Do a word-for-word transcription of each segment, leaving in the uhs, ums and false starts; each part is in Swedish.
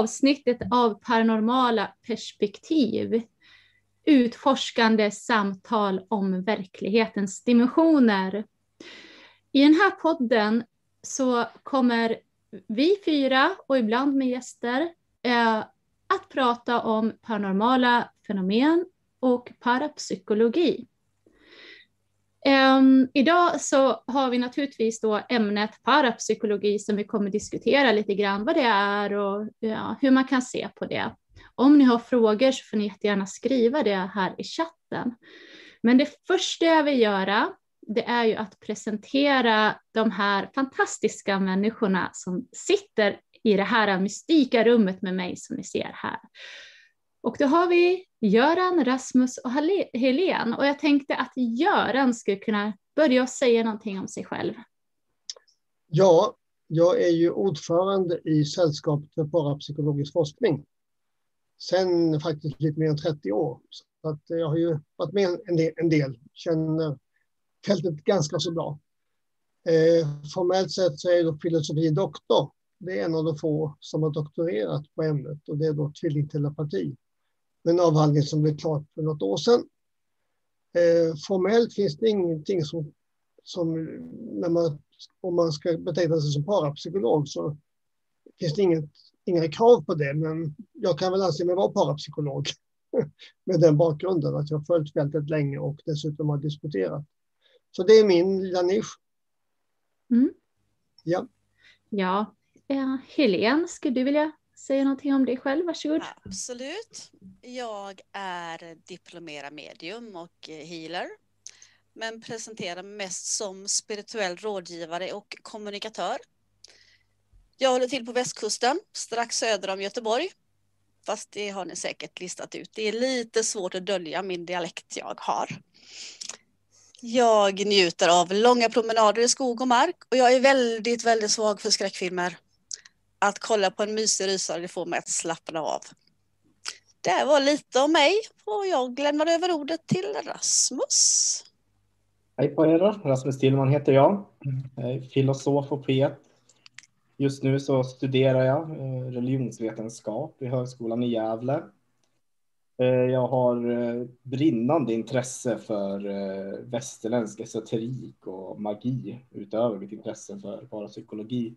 avsnittet av Paranormala perspektiv. Utforskande samtal om verklighetens dimensioner. I den här podden så kommer vi fyra och ibland med gäster eh, att prata om paranormala fenomen och parapsykologi. Um, idag så har vi naturligtvis då ämnet parapsykologi som vi kommer diskutera lite grann vad det är och ja, hur man kan se på det. Om ni har frågor så får ni jättegärna skriva det här i chatten. Men det första jag vill göra, det är ju att presentera de här fantastiska människorna som sitter i det här mystika rummet med mig som ni ser här. Och då har vi Göran, Rasmus och Helen. Och jag tänkte att Göran skulle kunna börja och säga någonting om sig själv. Ja, jag är ju ordförande i Sällskapet för parapsykologisk forskning. Sen faktiskt lite mer än trettio år. Så att jag har ju varit med en del, en del känner fältet ganska så bra. Eh, formellt sett så är jag då filosofidoktor. Det är en av de få som har doktorerat på ämnet och det är då tvillingtelepati. En avhandling som blev klart för något år sedan. Eh, formellt finns det ingenting som, som när man, om man ska beteckna sig som parapsykolog så finns det inget, inga krav på det. Men jag kan väl anse mig vara parapsykolog med den bakgrunden att jag har följt fältet länge och dessutom har disputerat. Så det är min lilla nisch. Mm. Ja. Ja, eh, Helen, skulle du vilja säga någonting om dig själv? Varsågod. Absolut. Jag är diplomerad medium och healer. Men presenterar mig mest som spirituell rådgivare och kommunikatör. Jag håller till på västkusten, strax söder om Göteborg. Fast det har ni säkert listat ut. Det är lite svårt att dölja min dialekt jag har. Jag njuter av långa promenader i skog och mark. Och jag är väldigt, väldigt svag för skräckfilmer. Att kolla på en mysig rysare, det får mig att slappna av. Det var lite om mig och jag lämnar över ordet till Rasmus. Hej på er, Rasmus Tillman heter jag. Jag är filosof och poet. Just nu så studerar jag religionsvetenskap i högskolan i Gävle. Jag har brinnande intresse för västerländsk esoterik och magi utöver mitt intresse för parapsykologi.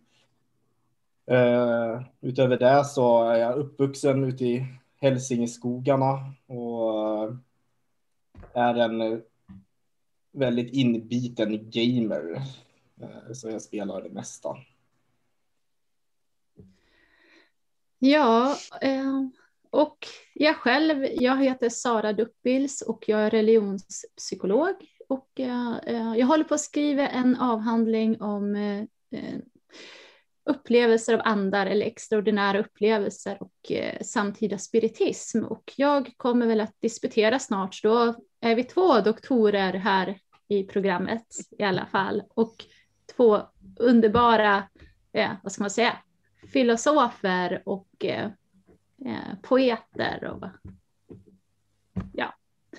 Uh, utöver det så är jag uppvuxen ute i Hälsingeskogarna och uh, är en uh, väldigt inbiten gamer. Uh, så jag spelar det mesta. Ja, eh, och jag själv, jag heter Sara Duppils och jag är religionspsykolog. Och eh, jag håller på att skriva en avhandling om eh, upplevelser av andar eller extraordinära upplevelser och eh, samtida spiritism. Och jag kommer väl att disputera snart, så då är vi två doktorer här i programmet i alla fall. Och två underbara, eh, vad ska man säga, filosofer och eh, eh, poeter. Och, ja.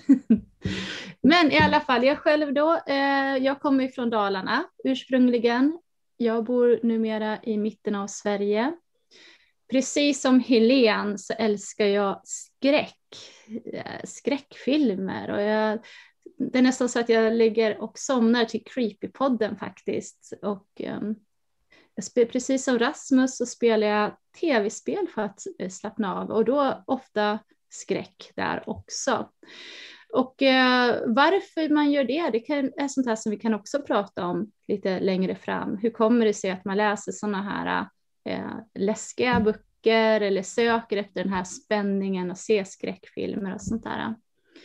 Men i alla fall, jag själv då, eh, jag kommer från Dalarna ursprungligen. Jag bor numera i mitten av Sverige. Precis som Helen så älskar jag skräck, skräckfilmer. Och jag, det är nästan så att jag ligger och somnar till Creepypodden faktiskt. Och, um, jag spel, precis som Rasmus så spelar jag tv-spel för att slappna av. Och då ofta skräck där också. Och eh, varför man gör det, det kan, är sånt här som vi kan också prata om lite längre fram. Hur kommer det sig att man läser såna här eh, läskiga böcker eller söker efter den här spänningen och ser skräckfilmer och sånt där.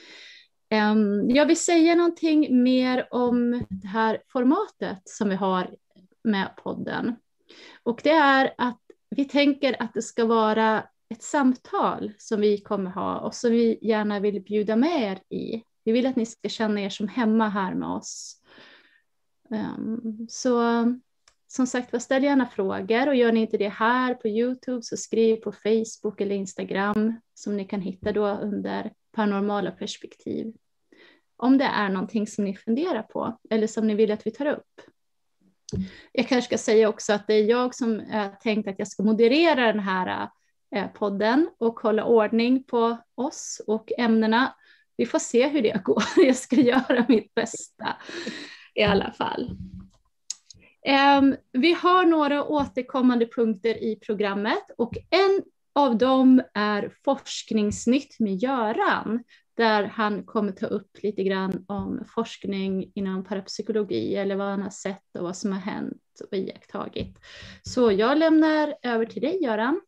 Um, jag vill säga någonting mer om det här formatet som vi har med podden. Och det är att vi tänker att det ska vara ett samtal som vi kommer ha och som vi gärna vill bjuda med er i. Vi vill att ni ska känna er som hemma här med oss. Um, så som sagt, ställ gärna frågor och gör ni inte det här på YouTube så skriv på Facebook eller Instagram som ni kan hitta då under paranormala perspektiv. Om det är någonting som ni funderar på eller som ni vill att vi tar upp. Jag kanske ska säga också att det är jag som har tänkt att jag ska moderera den här eh, podden och hålla ordning på oss och ämnena. Vi får se hur det går. Jag ska göra mitt bästa i alla fall. Um, vi har några återkommande punkter i programmet och en av dem är forskningsnytt med Göran, där han kommer ta upp lite grann om forskning inom parapsykologi eller vad han har sett och vad som har hänt och iakttagit. Så jag lämnar över till dig, Göran.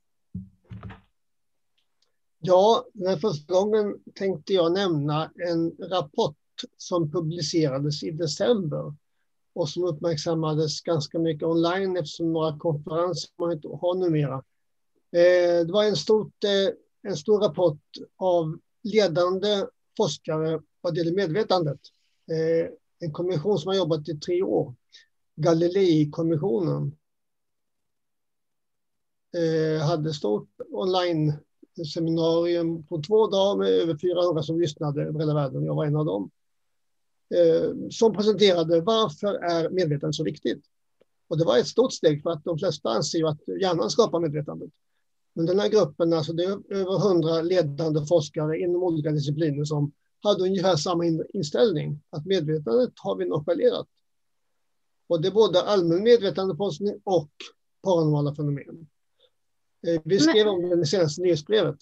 Ja, den första gången tänkte jag nämna en rapport som publicerades i december och som uppmärksammades ganska mycket online eftersom några konferenser man inte har numera. Det var en, stort, en stor rapport av ledande forskare vad det gäller medvetandet. En kommission som har jobbat i tre år, Galilei-kommissionen, hade stort online-seminarium på två dagar med över fyrahundra som lyssnade över hela världen. Jag var en av dem. Som presenterade varför är medvetandet så viktigt. Och det var ett stort steg för att de flesta anser att hjärnan skapar medvetandet. Men den här gruppen, alltså det är över hundra ledande forskare inom olika discipliner som hade ungefär samma inställning. Att medvetandet har vi nonchalerat. Och det är både allmän medvetandeforskning och paranormala fenomen. Vi skrev om det i senaste nyhetsbrevet.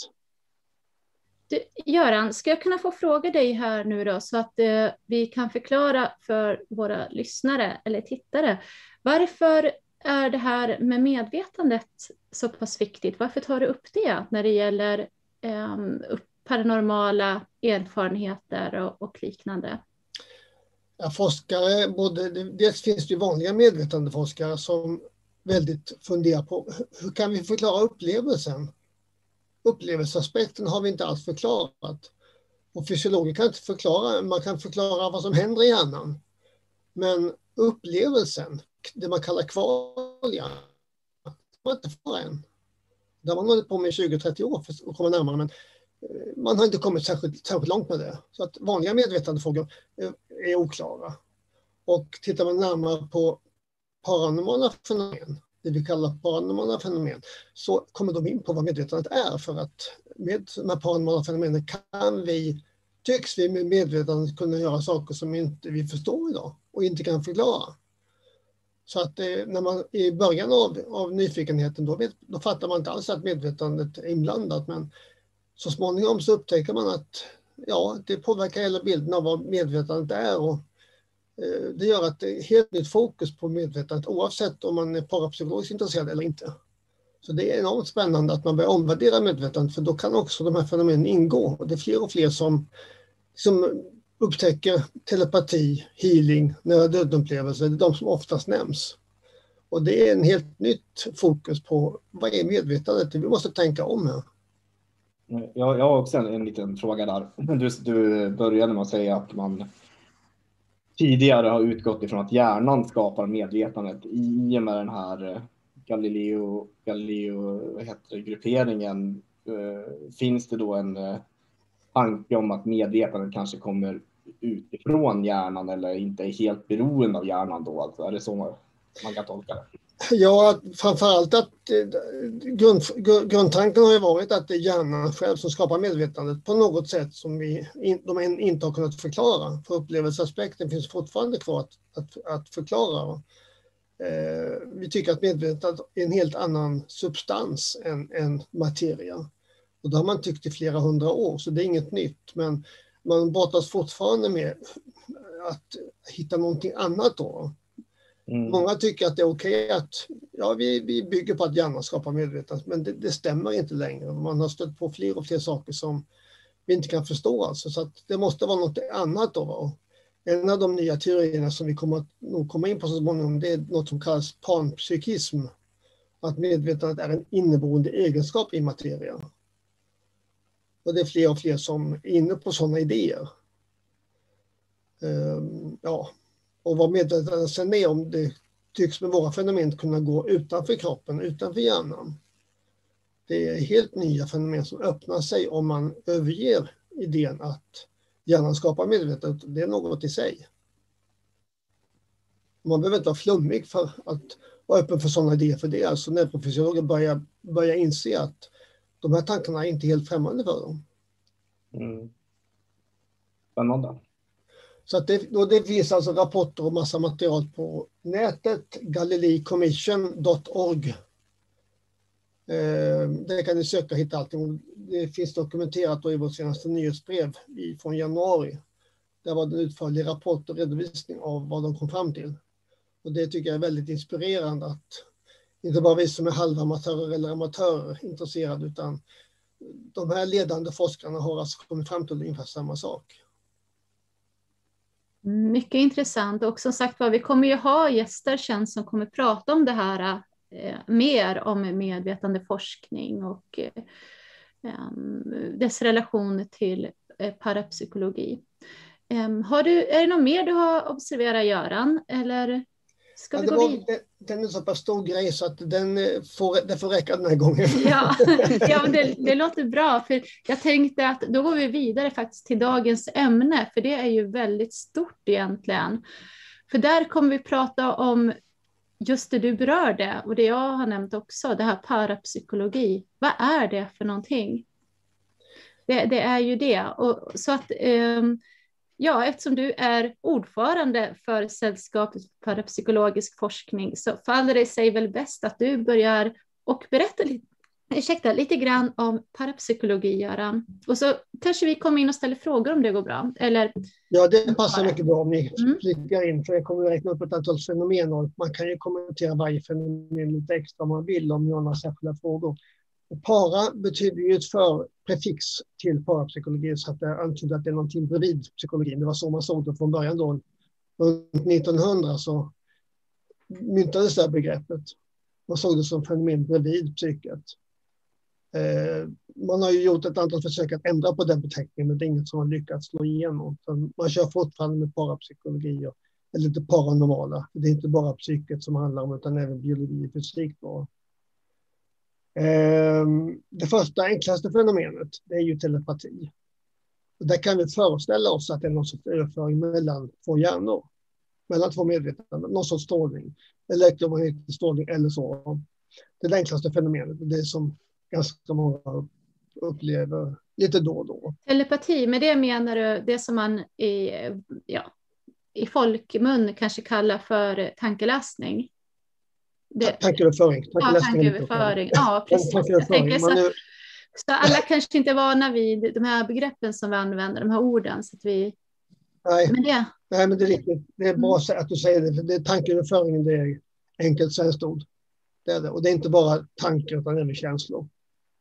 Du, Göran, ska jag kunna få fråga dig här nu då så att eh, vi kan förklara för våra lyssnare eller tittare. Varför är det här med medvetandet så pass viktigt? Varför tar du upp det när det gäller eh, paranormala erfarenheter och, och liknande? Ja, forskare, både, dels finns det ju vanliga medvetandeforskare som väldigt funderar på hur kan vi förklara upplevelsen? Upplevelseaspekten har vi inte alls förklarat. Och fysiologer kan inte förklara, man kan förklara vad som händer i hjärnan. Men upplevelsen, det man kallar kvalia, det var inte för en. Det har man hållit på med i tjugo till trettio år för att komma närmare, men man har inte kommit särskilt, särskilt långt med det. Så att vanliga medvetandefrågor är oklara. Och tittar man närmare på paranormala fenomen, det vi kallar paranormala fenomen, så kommer de in på vad medvetandet är. För att med de här paranormala fenomenen kan vi, tycks vi med medvetandet kunna göra saker som inte vi förstår idag och inte kan förklara. Så att eh, när man i början av, av nyfikenheten då, vet, då fattar man inte alls att medvetandet är inblandat, men så småningom så upptäcker man att ja, det påverkar hela bilden av vad medvetandet är, och eh, det gör att det är helt nytt fokus på medvetandet oavsett om man är parapsykologiskt intresserad eller inte. Så det är enormt spännande att man börjar omvärdera medvetandet, för då kan också de här fenomenen ingå, och det är fler och fler som, som upptäcker telepati, healing, nära döden-upplevelser, det är de som oftast nämns. Och det är en helt nytt fokus på vad är medvetandet, vi måste tänka om här. Jag, jag har också en, en liten fråga där. Du, du började med att säga att man tidigare har utgått ifrån att hjärnan skapar medvetandet. I och med den här Galileo, Galileo vad heter det, grupperingen eh, finns det då en eh, tanke om att medvetandet kanske kommer utifrån hjärnan eller inte är helt beroende av hjärnan då? Alltså, är det så man kan tolka det? Ja, framförallt att grund, grundtanken har ju varit att det är hjärnan själv som skapar medvetandet på något sätt som vi in, de inte har kunnat förklara. För upplevelseaspekten finns fortfarande kvar att, att, att förklara. Eh, vi tycker att medvetandet är en helt annan substans än, än materia. Och det har man tyckt i flera hundra år, så det är inget nytt. Men man brottas fortfarande med att hitta någonting annat då. Mm. Många tycker att det är okej att ja, vi, vi bygger på att hjärnan skapar medvetandet, men det, det stämmer inte längre. Man har stött på fler och fler saker som vi inte kan förstå. Alltså, så att det måste vara något annat då. Och en av de nya teorierna som vi kommer att nog komma in på så småningom, det är något som kallas panpsykism. Att medvetandet är en inneboende egenskap i materia. Och det är fler och fler som är inne på sådana idéer. Um, ja. Och vad medvetandet sen är, om det tycks med våra fenomen kunna gå utanför kroppen, utanför hjärnan. Det är helt nya fenomen som öppnar sig om man överger idén att hjärnan skapar medvetandet. Det är något i sig. Man behöver inte vara flummig för att vara öppen för sådana idéer, för det är alltså neurofysiologer börjar, börjar inse att de här tankarna är inte helt främmande för dem. Mm. Spännande. Så att det, då det finns alltså rapporter och massa material på nätet, galilei commission dot org. Eh, där kan ni söka och hitta allting. Det finns dokumenterat då i vårt senaste nyhetsbrev i, från januari. Där var det en utförlig rapport och redovisning av vad de kom fram till. Och det tycker jag är väldigt inspirerande att inte bara vi som är halvamatörer eller amatörer är intresserade, utan de här ledande forskarna har alltså kommit fram till ungefär samma sak. Mycket intressant, och som sagt var, vi kommer ju ha gäster sen som kommer prata om det här eh, mer om medvetande forskning och eh, dess relation till eh, parapsykologi. Eh, har du, är det något mer du har observerat, Göran, eller ska ja, vi det gå var, vidare? det, den är så pass stor grej så att den får, det får räcka den här gången. Ja, ja men det, det låter bra, för jag tänkte att då går vi vidare faktiskt till dagens ämne, för det är ju väldigt stort egentligen. För där kommer vi prata om just det du berörde och det jag har nämnt också, det här parapsykologi. Vad är det för någonting? Det, det är ju det. Och, så att, um, ja, eftersom du är ordförande för Sällskapet för parapsykologisk forskning så faller det sig väl bäst att du börjar och berätta lite, ursäkta, lite grann om parapsykologi, Göran. Och så kanske vi kommer in och ställer frågor om det går bra. Eller... Ja, det passar mycket bra om ni Mm. flikar in, för jag kommer att räkna upp ett antal fenomen och man kan ju kommentera varje fenomen lite extra om man vill om ni har några särskilda frågor. Och para betyder ju ett förprefix till parapsykologi, så att det antyder att det är någonting bredvid psykologin. Det var så man såg det från början då. Runt nittonhundra så myntades det här begreppet. Man såg det som fenomen bredvid psyket. Eh, man har ju gjort ett antal försök att ändra på den beteckningen, men det är inget som har lyckats slå igenom. Så man kör fortfarande med parapsykologi och, eller det paranormala. Det är inte bara psyket som handlar om, utan även biologi och fysik då. Det första enklaste fenomenet, det är ju telepati. Och där kan vi föreställa oss att det är någon sorts överföring mellan två hjärnor, mellan två medvetanden, någon sorts strålning, elektromagnetisk strålning eller så. Det är det enklaste fenomenet, det som ganska många upplever lite då och då. Telepati, med det menar du det som man i, ja, i folkmun kanske kallar för tankeläsning? Det... Tankeöverföring. Ja, tankeöverföring. Ja, precis. Jag tänker så, nu... så alla kanske inte är vana vid de här begreppen som vi använder, de här orden. Så att vi... Nej. Men det... Nej, men det är riktigt. Det är bra mm. att du säger det, för det är tankeöverföringen, det är enkelt svenskt ord. Det är det. Och det är inte bara tankar utan även känslor.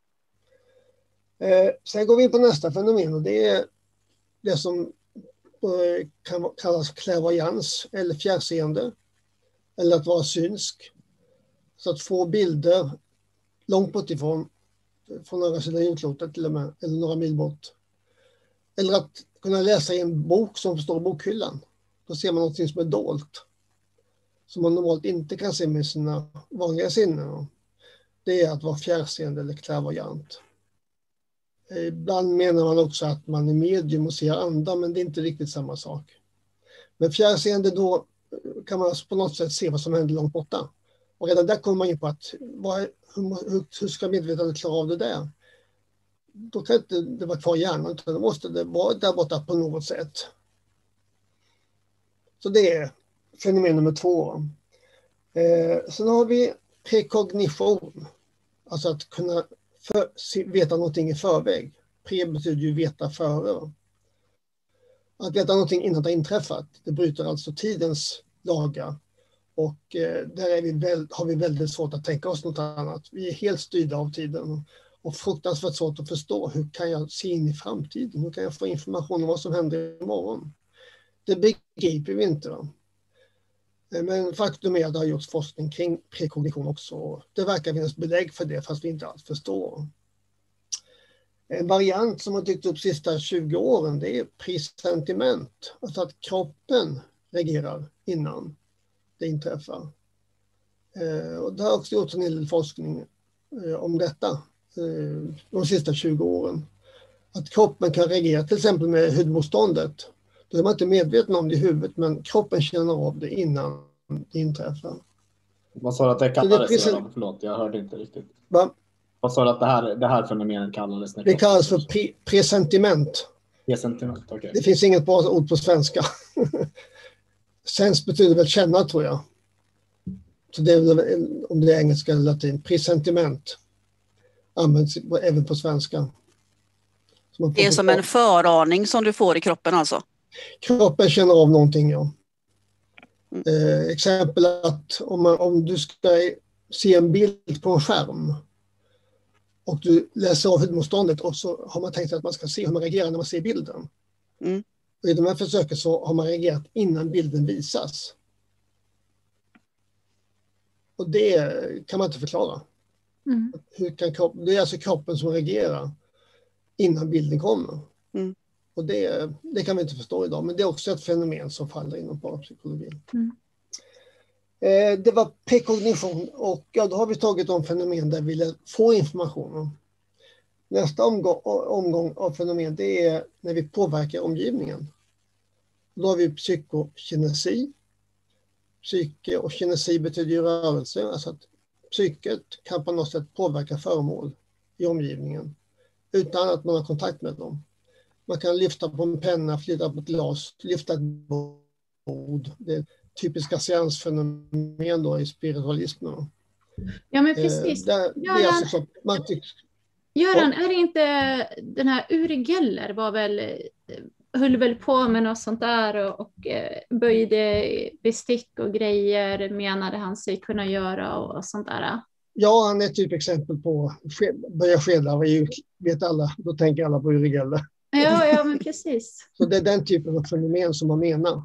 Eh, sen går vi in på nästa fenomen och det är det som eh, kan kallas klärvoajans eller fjärrseende. Eller att vara synsk. Så att få bilder långt bort ifrån, från några sidan jordklotet till och med, eller några mil bort. Eller att kunna läsa i en bok som står i bokhyllan. Då ser man något som är dolt. Som man normalt inte kan se med sina vanliga sinnen. Det är att vara fjärrseende eller klärvoajant. Ibland menar man också att man är medium och ser andra, men det är inte riktigt samma sak. Men fjärrseende, då kan man på något sätt se vad som händer långt borta. Och redan där kommer man in på att vad, hur, hur ska medvetandet klara av det där? Då kan inte det vara kvar i hjärnan, utan då måste det vara där borta på något sätt. Så det är fenomen nummer två. Eh, sen har vi prekognition. Alltså att kunna för, se, veta någonting i förväg. Pre betyder ju veta före. Att veta någonting innan det har inträffat. Det bryter alltså tidens lagar. Och eh, där är vi väl, har vi väldigt svårt att tänka oss något annat. Vi är helt styrda av tiden. Och fruktansvärt svårt att förstå. Hur kan jag se in i framtiden? Hur kan jag få information om vad som händer imorgon? Det begriper vi inte. Va? Men faktum är att det har gjorts forskning kring prekognition också. Det verkar finnas belägg för det, fast vi inte alls förstår. En variant som har dykt upp de sista tjugo åren, det är presentiment. Alltså att kroppen reagerar innan det inträffar. Och det har också gjorts en hel del forskning om detta de sista tjugo åren. Att kroppen kan reagera till exempel med hudmotståndet. Då är man inte medveten om det i huvudet, men kroppen känner av det innan det inträffar. Vad sa du att det kallades? Det Förlåt, jag hörde inte riktigt. Va? Vad sa du att det här, det här fenomenet kallades? Det kallas för pre- presentiment. Presentiment, okej. Okay. Det finns inget bra ord på svenska. Sens betyder väl känna, tror jag. Så det är väl, om det är engelska eller latin. Presentiment används även på svenska. Det är som en föraning som du får i kroppen alltså? Kroppen känner av någonting, ja. Mm. Eh, exempel att om, man, om du ska se en bild på en skärm och du läser av hudmotståndet och så har man tänkt att man ska se hur man reagerar när man ser bilden. Mm. Och i de här försöken så har man reagerat innan bilden visas. Och det kan man inte förklara. Mm. Hur kan kroppen, det är alltså kroppen som reagerar innan bilden kommer. Mm. Och det, det kan vi inte förstå idag, men det är också ett fenomen som faller inom parapsykologin. Mm. Eh, det var prekognition och ja, då har vi tagit de fenomen där vi vill få information om. Nästa omgång, omgång av fenomen det är när vi påverkar omgivningen. Då har vi psykokinesi. Psyke och kinesi betyder ju rörelse, alltså att psyket kan på något sätt påverka föremål i omgivningen utan att man har kontakt med dem. Man kan lyfta på en penna, flytta på ett glas, lyfta ett bord. Det är typiska seansfenomen då i spiritualismen. Ja, men precis. Eh, det, det är alltså så, man tycks, Göran, är det inte den här Uri Geller var väl, höll väl på med något sånt där och, och böjde bestick och grejer menade han sig kunna göra och sånt där? Ja, han är typ exempel på böja skedar, vet alla, då tänker alla på Uri Geller. Ja, ja, men precis. Så det är den typen av fenomen som man menar.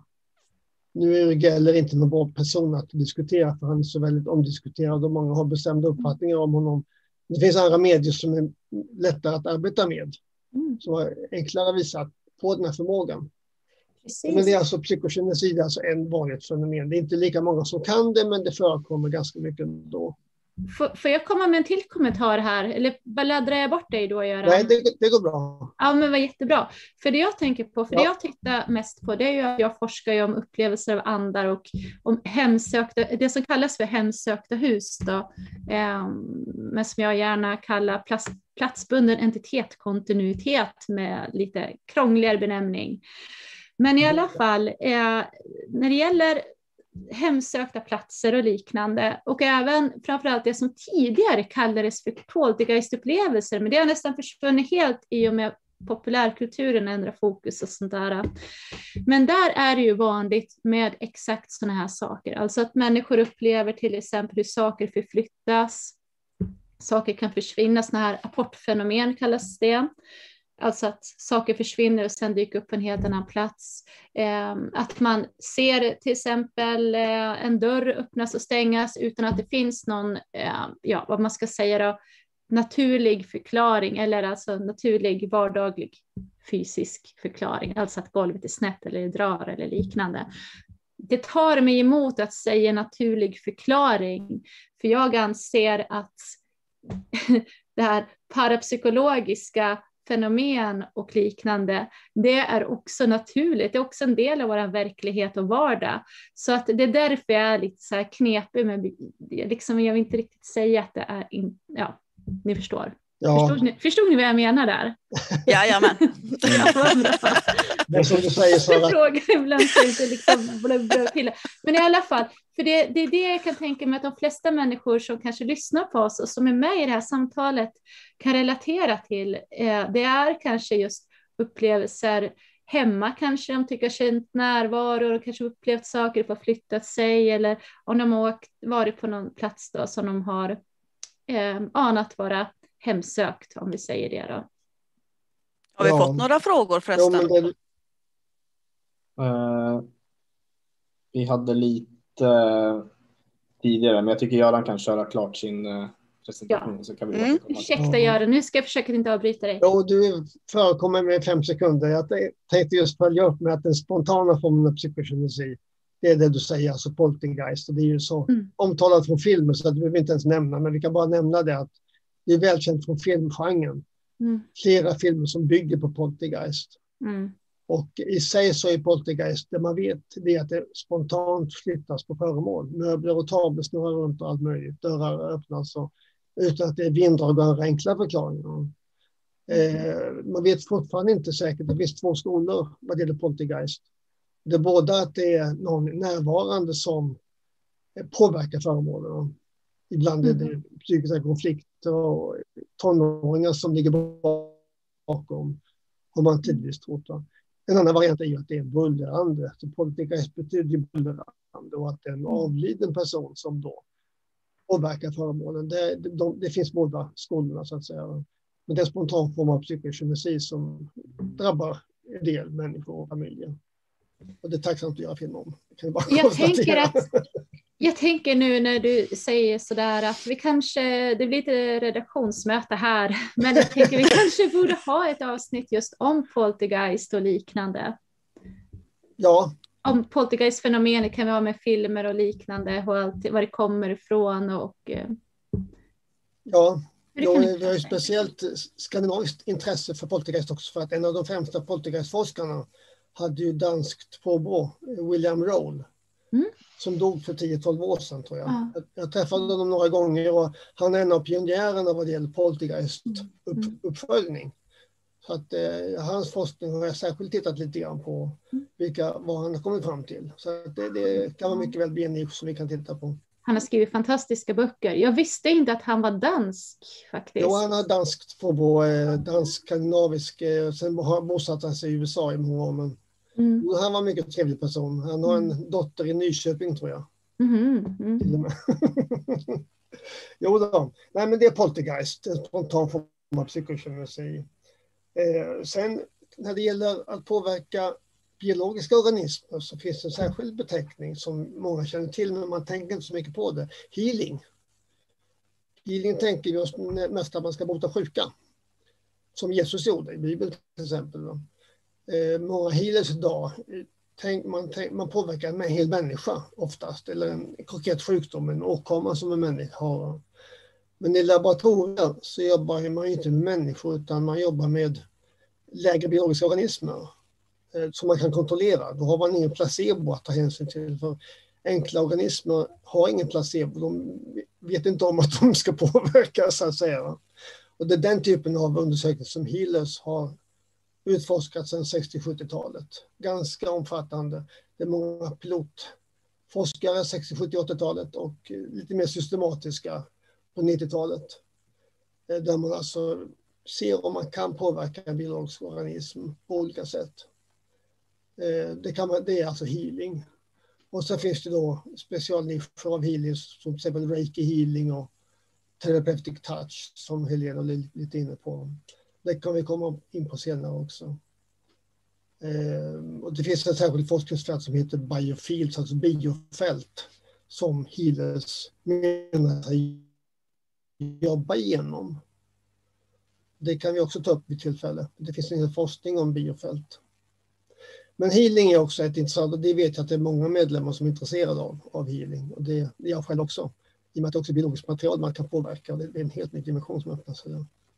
Nu är Uri Geller inte någon bra person att diskutera för han är så väldigt omdiskuterad och många har bestämda uppfattningar om honom. Det finns andra medier som är lättare att arbeta med. Mm. Som är enklare att visa på den här förmågan. Precis. Men det är alltså psykokinesi, alltså en vanligt fenomen. Det är inte lika många som kan det, men det förekommer ganska mycket då. Får, får jag komma med en till kommentar här? Eller bläddrar jag bort dig då, Göran? Nej, det, det går bra. Ja, men vad jättebra. För det jag tänker på, för ja. det jag tittar mest på, det är ju att jag forskar ju om upplevelser av andar och om hemsökta, det som kallas för hemsökta hus då, eh, men som jag gärna kallar plats, platsbunden entitetkontinuitet med lite krångligare benämning. Men i alla fall, eh, när det gäller hemsökta platser och liknande och även framförallt det som tidigare kallades för poltergeistupplevelser, men det har nästan försvunnit helt i och med populärkulturen ändrar fokus och sånt där. Men där är det ju vanligt med exakt sådana här saker, alltså att människor upplever till exempel hur saker förflyttas, saker kan försvinna, sådana här apportfenomen kallas det. Alltså att saker försvinner och sen dyker upp på en helt annan plats. Eh, att man ser till exempel eh, en dörr öppnas och stängas utan att det finns någon, eh, ja, vad man ska säga då, naturlig förklaring eller alltså naturlig vardaglig fysisk förklaring. Alltså att golvet är snett eller drar eller liknande. Det tar mig emot att säga naturlig förklaring, för jag anser att det här parapsykologiska fenomen och liknande, det är också naturligt. Det är också en del av vår verklighet och vardag. Så att det är därför jag är lite så här knepig, men liksom jag vill inte riktigt säga att det är, in, ja, ni förstår. Ja. Förstod, ni, förstod ni vad jag menar där? Jajamän. Det är som du säger, Sara. Jag frågar ibland så inte liksom blö, blö, pilla. Men i alla fall, för det, det är det jag kan tänka mig att de flesta människor som kanske lyssnar på oss och som är med i det här samtalet kan relatera till. Eh, det är kanske just upplevelser hemma, kanske de tycker känt närvaro och kanske upplevt saker på flyttat sig, eller om de har varit på någon plats då som de har eh, anat vara hemsökt, om vi säger det då. Har vi ja. fått några frågor förresten? Ja, det... uh, vi hade lite uh, tidigare, men jag tycker Göran kan köra klart sin uh, presentation. Ja. Så kan vi mm. Ursäkta Göran, nu ska jag försöka inte avbryta dig. Ja, du förekommer med fem sekunder. Jag tänkte just följa upp med att den spontana formen av psykokinesi, det är det du säger, alltså poltergeist. Och det är ju så mm. omtalat från filmer så att vi behöver inte ens nämna, men vi kan bara nämna det att det är välkänt från filmgenren. Mm. Flera filmer som bygger på poltergeist. Mm. Och i sig så är poltergeist, det man vet, det är att det spontant flyttas på föremål. Möbler och tavlor snurrar runt och allt möjligt. Dörrar öppnas och utan att det är vinddrag och andra enkla förklaringar. Eh, man vet fortfarande inte säkert, det finns två skolor vad det gäller poltergeist. Det är både att det är någon närvarande som påverkar föremålen. Ibland är det psykiska konflikter och tonåringar som ligger bakom, har man tidvis trott. En annan variant är ju att det är bullrande. Så poltergeist betyder ju bullrande och att det är en avliden person som då påverkar föremålen. Det, de, det finns båda skolorna så att säga. Men det är en spontan form av psykokinesi som drabbar en del människor och familjer. Och det är tacksamt att göra film om. Kan jag bara jag, tänker att, jag tänker nu när du säger sådär att vi kanske, det blir lite redaktionsmöte här, men jag tänker vi kanske borde ha ett avsnitt just om poltergeist och liknande. Ja. Om poltergeist-fenomenet kan vi ha med filmer och liknande, och allt, var det kommer ifrån och... Ja. Då är vi har ju speciellt skandinaviskt intresse för poltergeist också, för att en av de främsta poltergeistforskarna hade ju danskt påbrå, William Roll, mm. som dog för tio tolv år sedan tror jag. Ja. jag. Jag träffade honom några gånger och han är en av pionjärerna vad det gäller poltergeist-uppföljning. Mm. Så att eh, hans forskning har jag särskilt tittat lite grann på, vilka, vad han har kommit fram till. Så att det, det kan vara mycket väl bli en nisch som vi kan titta på. Han har skrivit fantastiska böcker. Jag visste inte att han var dansk faktiskt. Jo, han har danskt påbrå, dansk, skandinavisk. Sen har bosatt han sig i U S A i många år. Men mm. han var en mycket trevlig person. Han har en mm. dotter i Nyköping tror jag. Mm. Mm. Till och med. Jo då. Nej, men det är poltergeist. En spontan form av psykokinesi. Eh, sen när det gäller att påverka biologiska organismer så finns det en särskild beteckning som många känner till, men man tänker inte så mycket på det. Healing. Healing tänker vi oss mest att man ska bota sjuka. Som Jesus gjorde i Bibeln till exempel. Eh, många healers idag, tänk, man, tänk, man påverkar en hel människa oftast. Eller en konkret sjukdom, en åkomma som en människa har. Men i laboratorier så jobbar man inte med människor utan man jobbar med lägre biologiska organismer som man kan kontrollera. Då har man ingen placebo att ta hänsyn till. För enkla organismer har ingen placebo. De vet inte om att de ska påverkas så att säga. Och det är den typen av undersökning som healers har utforskat sedan sextio-sjuttiotalet. Ganska omfattande. Det är många pilotforskare sextio-, sjuttio-, åttiotalet och lite mer systematiska på nittiotalet. Där man alltså ser om man kan påverka en biologisk organism på olika sätt. Det, kan man, det är alltså healing. Och så finns det då specialnischer av healing som till exempel reiki healing och therapeutic touch som Helena är lite inne på. Det kan vi komma in på senare också. Och det finns en särskild forskningsfält som heter biofields, alltså biofält som healers menar sig jobba igenom. Det kan vi också ta upp vid tillfälle. Det finns ingen forskning om biofält. Men healing är också ett intressant, och det vet jag att det är många medlemmar som är intresserade av, av healing. Och det är jag själv också. I och med att det också är biologiskt material man kan påverka. Och det är en helt ny dimension som öppnar sig.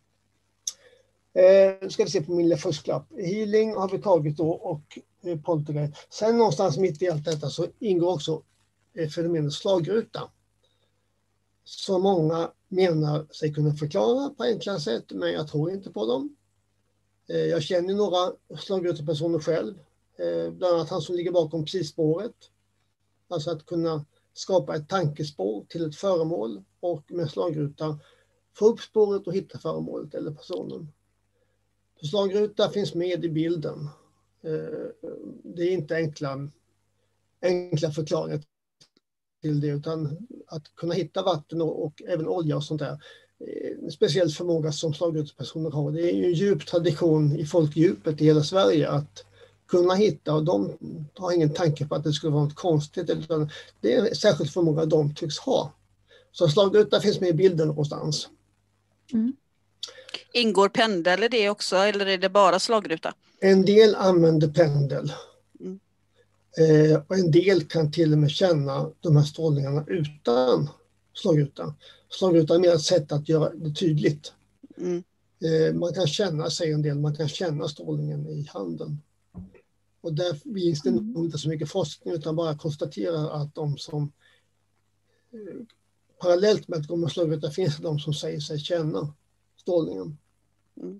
Eh, nu ska vi se på min lilla fusklapp. Healing har vi tagit då och eh, poltergeist. Sen någonstans mitt i allt detta så ingår också eh, fenomenet slagruta. Som många menar sig kunna förklara på enkla sätt, men jag tror inte på dem. Eh, jag känner några slagrutepersoner själv. Eh, bland annat han som ligger bakom psi-spåret. Alltså att kunna skapa ett tankespår till ett föremål och med slagruta få upp spåret och hitta föremålet eller personen. Så slagruta finns med i bilden. Eh, det är inte enkla, enkla förklaringar till det, utan att kunna hitta vatten och, och även olja och sånt där. En speciell förmåga som slagrutepersoner har. Det är ju en djup tradition i folkdjupet i hela Sverige att kunna hitta, och de har ingen tanke på att det skulle vara något konstigt, utan det är en särskild förmåga de tycks ha. Så slagruta finns med i bilden någonstans. Mm. Ingår pendel i det också, eller är det bara slagruta? En del använder pendel. Mm. Eh, och en del kan till och med känna de här strålningarna utan slagruta. Slagruta är mer ett sätt att göra det tydligt. Mm. Eh, man kan känna, säger en del, man kan känna strålningen i handen. Och där finns det mm. inte så mycket forskning, utan bara konstatera att de som eh, parallellt med att gammaslögveta finns det de som säger sig känna strålningen. Mm.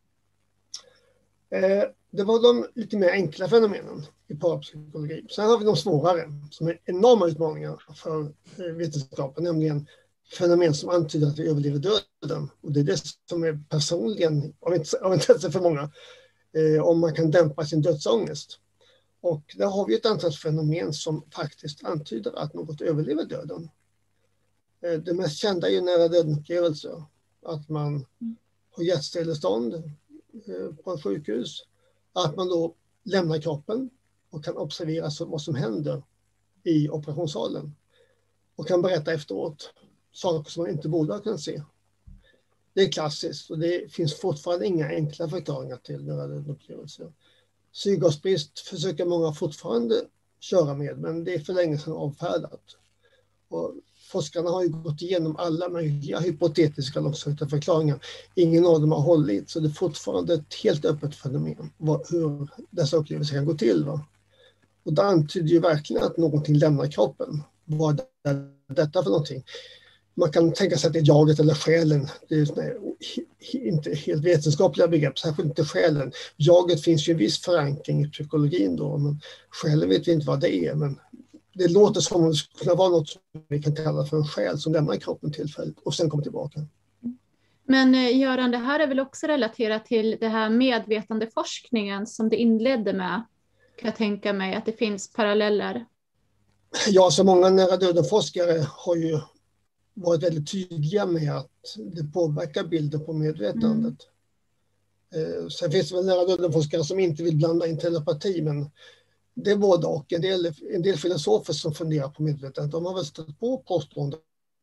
Eh, det var de lite mer enkla fenomenen i parapsykologi. Sen har vi de svårare som är enorma utmaningar för eh, vetenskapen, nämligen fenomen som antyder att vi överlever döden. Och det är det som är personligen av intresse för många, eh, om man kan dämpa sin dödsångest. Och där har vi ett antal fenomen som faktiskt antyder att något överlever döden. Eh, det mest kända är ju nära döden-upplevelser. Att man har hjärtstillestånd eh, på ett sjukhus. Att man då lämnar kroppen och kan observera vad som händer i operationssalen. Och kan berätta efteråt saker som man inte borde ha kunnat se. Det är klassiskt och det finns fortfarande inga enkla förklaringar till nära döden-upplevelser. Syrgasbrist försöker många fortfarande köra med, men det är för länge sedan avfärdat. Och forskarna har ju gått igenom alla möjliga hypotetiska långsiktiga förklaringar. Ingen av dem har hållit, så det är fortfarande ett helt öppet fenomen vad, hur dessa upplevelser kan gå till. Va? Och det antyder ju verkligen att någonting lämnar kroppen. Vad är detta för någonting? Man kan tänka sig att det är jaget eller själen. Det är inte helt vetenskapliga begrepp, särskilt inte själen. Jaget finns ju en viss förankring i psykologin då, men själen vet vi inte vad det är. Men det låter som om det skulle vara något som vi kan kalla för en själ som lämnar kroppen tillfälligt och sen kommer tillbaka. Men Göran, det här är väl också relaterat till det här medvetandeforskningen som det inledde med. Kan jag tänka mig att det finns paralleller? Ja, så många nära döden-forskare har ju varit väldigt tydliga med att det påverkar bilden på medvetandet. Mm. Sen finns det väl nära döden-forskare som inte vill blanda in telepati, men det är både och. En del, en del filosofer som funderar på medvetandet, de har väl stött på påståenden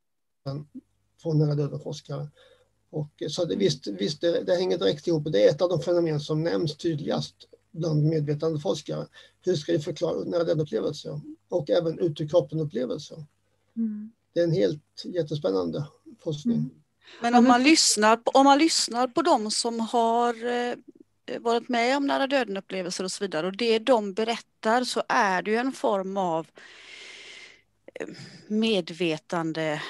från nära döden-forskare. Och så det, visst, visst det, det hänger direkt ihop. Det är ett av de fenomen som nämns tydligast bland medvetandeforskare. Hur ska vi förklara nära döden-upplevelser? Och även ut ur kroppen-upplevelser. Mm. Det är en helt jättespännande forskning. Mm. Men om man, lyssnar på, om man lyssnar på de som har eh, varit med om nära döden-upplevelser och så vidare, och det de berättar, så är det ju en form av eh, medvetande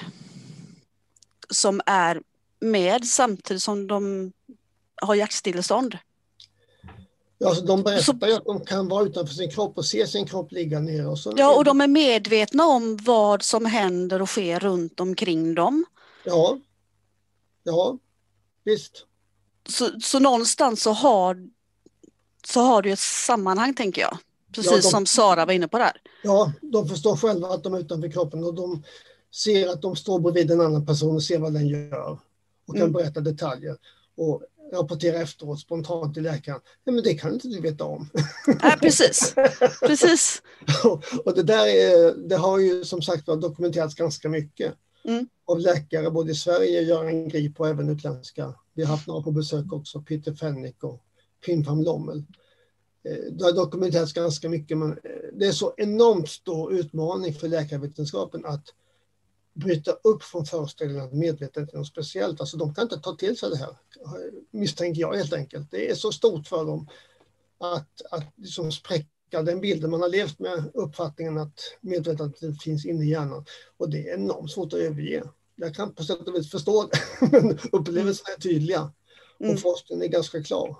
som är med samtidigt som de har hjärtstillestånd. Ja, alltså de berättar ju att de kan vara utanför sin kropp och se sin kropp ligga ner. Och så ja, och de är medvetna om vad som händer och sker runt omkring dem. Ja, ja, visst. Så, så någonstans så har, så har du ett sammanhang, tänker jag. Precis ja, de, som Sara var inne på där. Ja, de förstår själva att de är utanför kroppen och de ser att de står bredvid en annan person och ser vad den gör. Och kan mm. berätta detaljer. Och rapportera efteråt spontant till läkaren. Nej, men det kan inte du veta om. Nej, precis. precis. och, och det där är, det har ju som sagt dokumenterats ganska mycket. Mm. Av läkare både i Sverige, Göran Grip och även utländska. Vi har haft några på besök också, Peter Fennick och Pim van Lommel. Det har dokumenterats ganska mycket, men det är så enormt stor utmaning för läkarvetenskapen att bryta upp från föreställningen att medvetandet är något speciellt. Alltså de kan inte ta till sig det här, misstänker jag helt enkelt. Det är så stort för dem att, att liksom spräcka den bilden man har levt med, uppfattningen att medvetandet finns inne i hjärnan. Och det är enormt svårt att överge. Jag kan på sätt och vis förstå det, men upplevelserna är tydliga. Och mm. forskningen är ganska klar.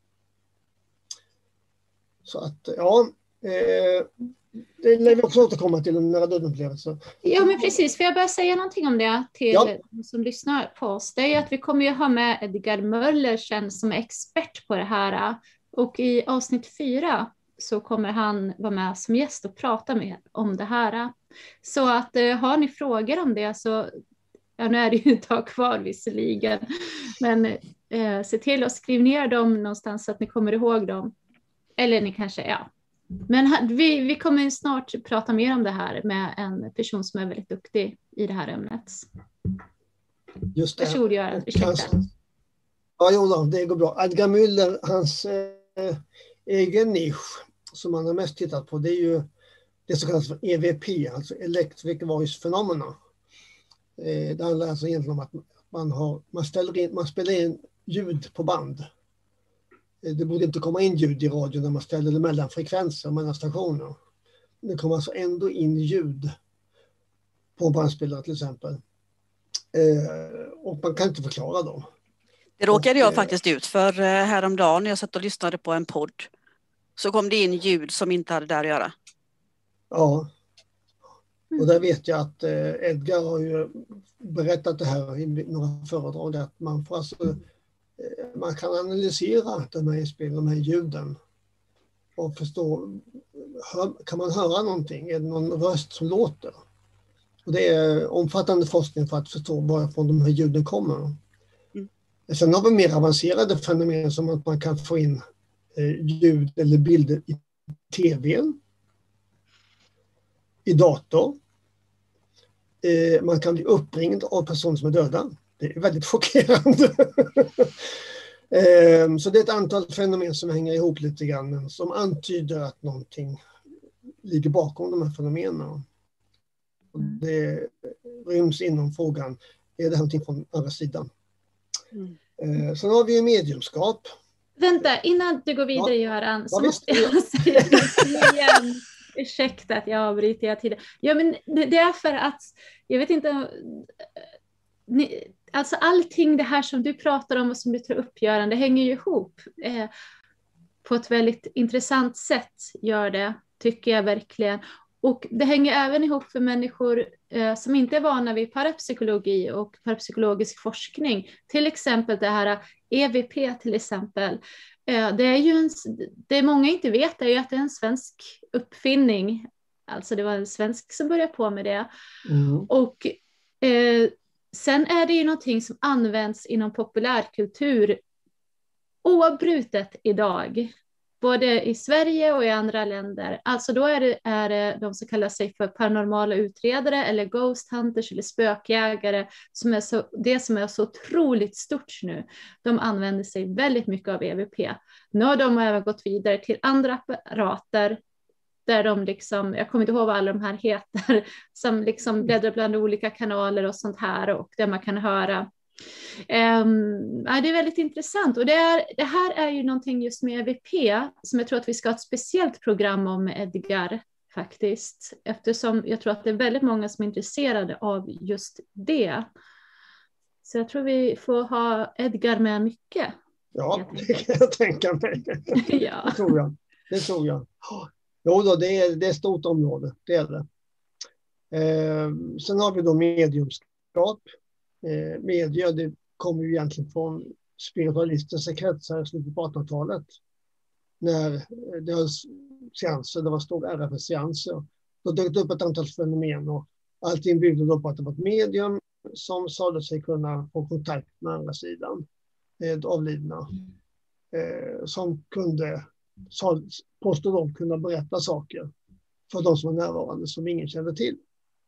Så att, ja... Eh, det lär vi också återkomma till de nära döden-upplevelser. Ja, men precis. För jag börjar säga någonting om det till ja. de som lyssnar på oss. Det är att vi kommer ju ha med Edgar Möller sen som är expert på det här. Och i avsnitt fyra så kommer han vara med som gäst och prata med om det här. Så att har ni frågor om det så, ja, nu är det ju ett tag kvar visserligen. Men eh, se till att skriva ner dem någonstans så att ni kommer ihåg dem. Eller ni kanske, ja. Men vi, vi kommer snart prata mer om det här med en person som är väldigt duktig i det här ämnet. Just det. Varsågod, Göran. Ursäkta. Ja, jo då, det går bra. Edgar Müller, hans eh, egen nisch som man har mest tittat på, det är ju det som kallas för E V P, alltså Electric Voice Phenomena. Eh, det handlar alltså egentligen om att man, har, man, ställer in, man spelar in ljud på band. Det borde inte komma in ljud i radio när man ställer mellan frekvenser, mellan stationer. Det kommer alltså ändå in ljud på en bandspelare till exempel. Eh, och man kan inte förklara dem. Det råkade och, jag faktiskt ut för häromdagen när jag satt och lyssnade på en podd. Så kom det in ljud som inte hade där att göra. Ja, och där vet jag att eh, Edgar har ju berättat det här i några föredrag, att man får alltså, eh, man kan analysera de här inspelen, de här ljuden och förstå, hör, kan man höra någonting, är det någon röst som låter? Och det är omfattande forskning för att förstå varifrån de här ljuden kommer. Mm. Sen har vi mer avancerade fenomen som att man kan få in eh, ljud eller bilder i tv, i dator. Eh, man kan bli uppringd av personer som är döda. Det är väldigt chockerande. eh, så det är ett antal fenomen som hänger ihop lite grann, men som antyder att någonting ligger bakom de här fenomenen. Och det ryms inom frågan, är det någonting från andra sidan? Mm. Eh, sen har vi ju mediumskap. Vänta, innan du går vidare, ja. Göran, så ja, måste jag säga igen. Ursäkta att jag avbryter er tid. Ja, men det, det är för att, jag vet inte, ni, alltså allting det här som du pratar om och som du tar upp, Göran, det hänger ju ihop eh, på ett väldigt intressant sätt, gör det, tycker jag verkligen. Och det hänger även ihop för människor eh, som inte är vana vid parapsykologi och parapsykologisk forskning. Till exempel det här E V P till exempel. Eh, det är ju en, det många inte vet är ju att det är en svensk uppfinning. Alltså det var en svensk som började på med det. Mm. Och eh, sen är det ju någonting som används inom populärkultur oavbrutet idag. Både i Sverige och i andra länder. Alltså då är det, är det de som kallar sig för paranormala utredare eller ghost hunters eller spökjägare. Som är så, det som är så otroligt stort nu. De använder sig väldigt mycket av E V P. Nu har de även gått vidare till andra apparater. Där de liksom, jag kommer inte ihåg vad alla de här heter. Som liksom bläddrar bland olika kanaler och sånt här. Och där man kan höra. Um, ja, det är väldigt intressant och det, är, det här är ju någonting just med E V P som jag tror att vi ska ha ett speciellt program om med Edgar faktiskt, eftersom jag tror att det är väldigt många som är intresserade av just det. Så jag tror vi får ha Edgar med mycket. Ja, det kan jag tänka mig. Ja. Det tror jag. Det tror jag. Jo då, det är, det är ett stort område, det är det. Eh, sen har vi då mediumskap. Eh, media, det kommer ju egentligen från spiritualistiska kretsar i slutet på artonhundratalet. När det var seanser, det var stora R F S-seanser. Då dök det upp ett antal fenomen och allting byggde då på att det var ett medium som sade sig kunna få kontakt med andra sidan, eh, avlidna. Eh, som kunde, påstod de, kunna berätta saker för de som var närvarande som ingen kände till.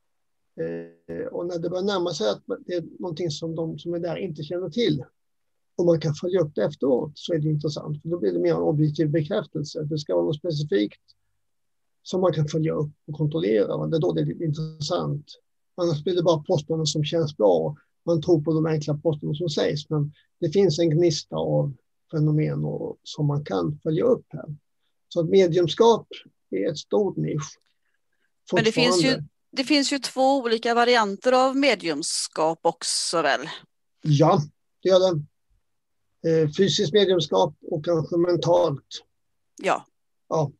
Eh, och när det börjar närma sig att det är någonting som de som är där inte känner till och man kan följa upp det efteråt, så är det intressant. För då blir det mer en objektiv bekräftelse. Det ska vara något specifikt som man kan följa upp och kontrollera. Det är då det är intressant. Annars blir det bara påståenden som känns bra. Man tror på de enkla påståenden som sägs, men det finns en gnista av fenomen och, som man kan följa upp här. Så att mediumskap är ett stort nisch. Men det finns ju Det finns ju två olika varianter av mediumskap också väl? Ja, det gör det. Eh, fysiskt mediumskap och kanske mentalt. Ja. Ja.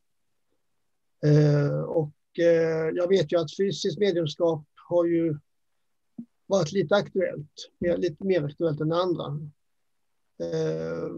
Eh, och eh, jag vet ju att fysiskt mediumskap har ju varit lite aktuellt. Lite mer aktuellt än andra. Eh,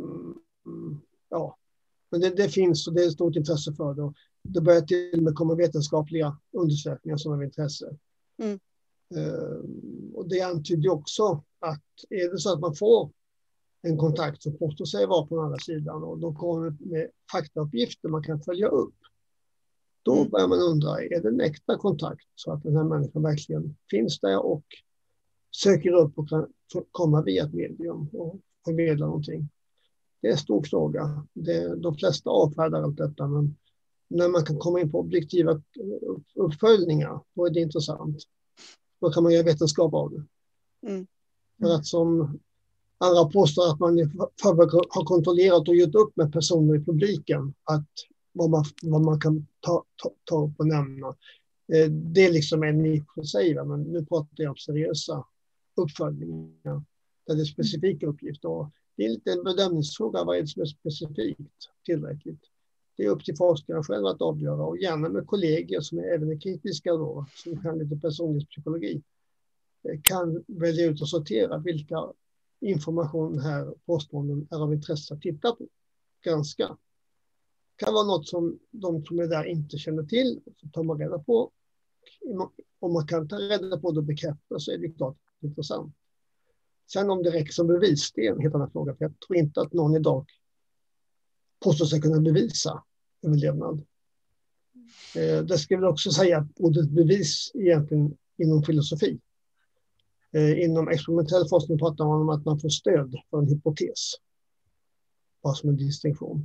ja. Men det, det finns och det är ett stort intresse för det. Det börjar till och med komma vetenskapliga undersökningar som är av intresse. Mm. Uh, och det antyder också att är det så att man får en kontakt som påstår sig vara på den andra sidan och då kommer med faktauppgifter man kan följa upp. Då mm. börjar man undra, är det en äkta kontakt så att den här människan verkligen finns där och söker upp och kan komma via ett medium och förmedla någonting. Det är en stor fråga. Det, de flesta avfärdar allt detta, men när man kan komma in på objektiva uppföljningar, då är det intressant. Då kan man göra vetenskap av det. Mm. För att som andra påstår att man har kontrollerat och gjort upp med personer i publiken, att vad man, vad man kan ta, ta, ta upp och nämna. Det är liksom en nisch för sig, men nu pratar jag om seriösa uppföljningar där det är specifika uppgifter. Och det är lite en bedömningsfråga, vad är det som är specifikt tillräckligt. Det är upp till forskare själva att avgöra och gärna med kollegor som är även är kritiska då, som kan lite personlighetspsykologi, kan välja ut och sortera vilka information här påståenden är av intresse att titta på, granska. Det kan vara något som de som är där inte känner till, så tar man reda på. Om man kan ta reda på det och bekräfta så är det klart intressant. Sen om det räcker som bevis, det är en helt annan fråga. För jag tror inte att någon idag påstår sig kunna bevisa överlevnad. Eh, det ska väl också säga att ordet bevis egentligen inom filosofi. Eh, inom experimentell forskning pratar man om att man får stöd för en hypotes. Bara som en distinktion.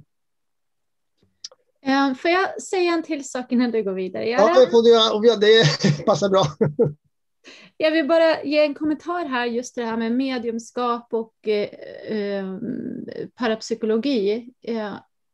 Um, får jag säga en till sak innan du går vidare? Ja, det får du göra. Och det passar bra. Jag vill bara ge en kommentar här, just det här med mediumskap och eh, parapsykologi. Eh,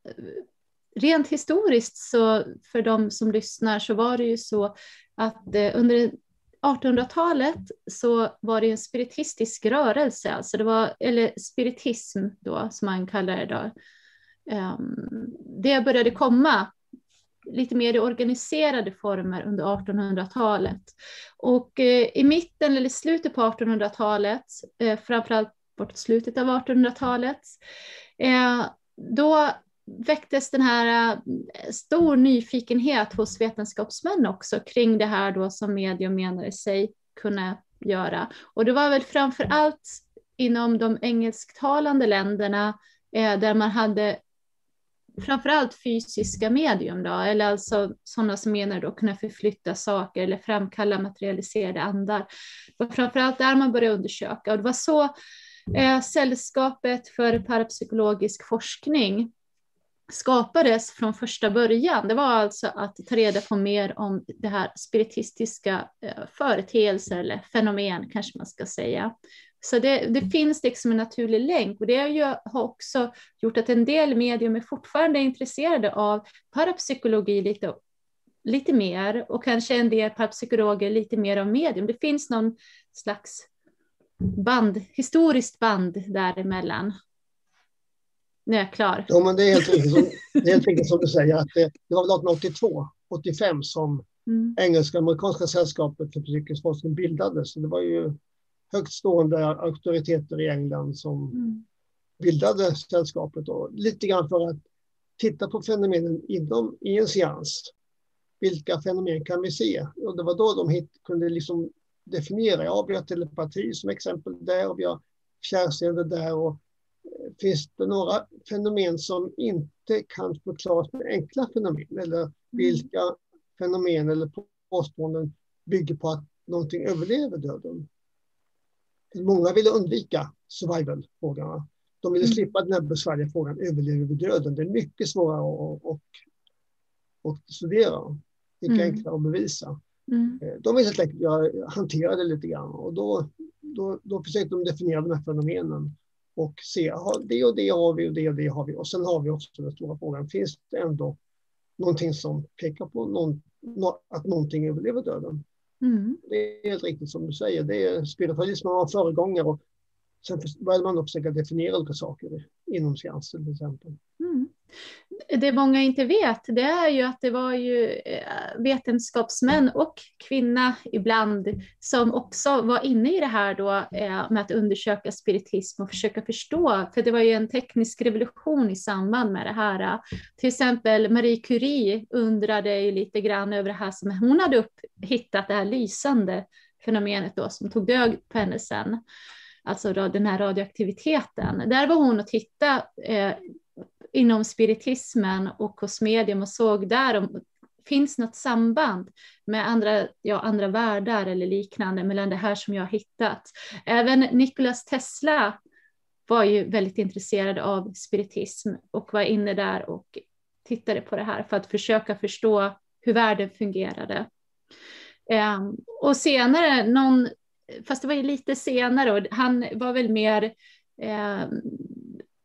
rent historiskt, så för de som lyssnar, så var det ju så att eh, under artonhundratalet så var det en spiritistisk rörelse, alltså det var, eller spiritism då, som man kallar det då. Eh, det började komma lite mer i organiserade former under artonhundratalet. Och eh, i mitten eller slutet på artonhundratalet, eh, framförallt bort slutet av artonhundratalet, eh, då väcktes den här eh, stor nyfikenhet hos vetenskapsmän också kring det här då som medium menade sig kunna göra. Och det var väl framförallt inom de engelsktalande länderna eh, där man hade framförallt fysiska medium då, eller alltså sådana som menar då kunna förflytta saker eller framkalla materialiserade andar. Det var framförallt där man började undersöka, och det var så eh, Sällskapet för parapsykologisk forskning skapades från första början. Det var alltså att ta reda på mer om det här spiritistiska eh, företeelser eller fenomen kanske man ska säga. Så det, det finns liksom en naturlig länk, och det har ju har också gjort att en del medium är fortfarande intresserade av parapsykologi lite, lite mer, och kanske en del parapsykologer lite mer av medium. Det finns någon slags band, historiskt band däremellan. Nu är jag klar. Ja, men det är helt riktigt som, det är helt riktigt som du säger, att det, det var väl artonhundraåttiotvå åttiofem som mm. engelska amerikanska sällskapet för psykisk forskning bildades. Så det var ju högt stående auktoriteter i England som mm. bildade sällskapet. Och lite grann för att titta på fenomenen inom, i en seans. Vilka fenomen kan vi se? Och det var då de hit, kunde liksom definiera. Ja, vi har telepati som exempel där, och vi har fjärrseende där. Och finns det några fenomen som inte kan förklaras med enkla fenomen? Eller mm. vilka fenomen eller påståenden bygger på att någonting överlever döden? Många ville undvika survival-frågorna. De ville mm. slippa den här besvärliga frågan, överlever vi döden? Det är mycket svårare att, att, att studera. Mycket mm. enklare att bevisa. Mm. De ville helt enkelt hantera det lite grann. Och då, då, då försökte de definiera de här fenomenen. Och se, aha, det och det har vi och det och det har vi. Och sen har vi också den stora frågan, finns det ändå någonting som pekar på någon, att någonting överlever döden? Mm. Det är helt riktigt som du säger. Det är spiritualismen var föregångare, och sen började man också försöka definiera olika saker inom seansen till exempel. Mm. Det många inte vet, det är ju att det var ju vetenskapsmän och kvinna ibland som också var inne i det här då med att undersöka spiritism och försöka förstå, för det var ju en teknisk revolution i samband med det här. Till exempel Marie Curie undrade ju lite grann över det här som hon hade upp, hittat, det här lysande fenomenet då som tog död på henne sen. Alltså då den här radioaktiviteten. Där var hon och tittade eh, inom spiritismen och hos medium och såg där om finns något samband med andra, ja, andra världar eller liknande mellan det här som jag har hittat. Även Nikola Tesla var ju väldigt intresserad av spiritism och var inne där och tittade på det här för att försöka förstå hur världen fungerade. Um, och senare, någon, fast det var ju lite senare, och han var väl mer eh,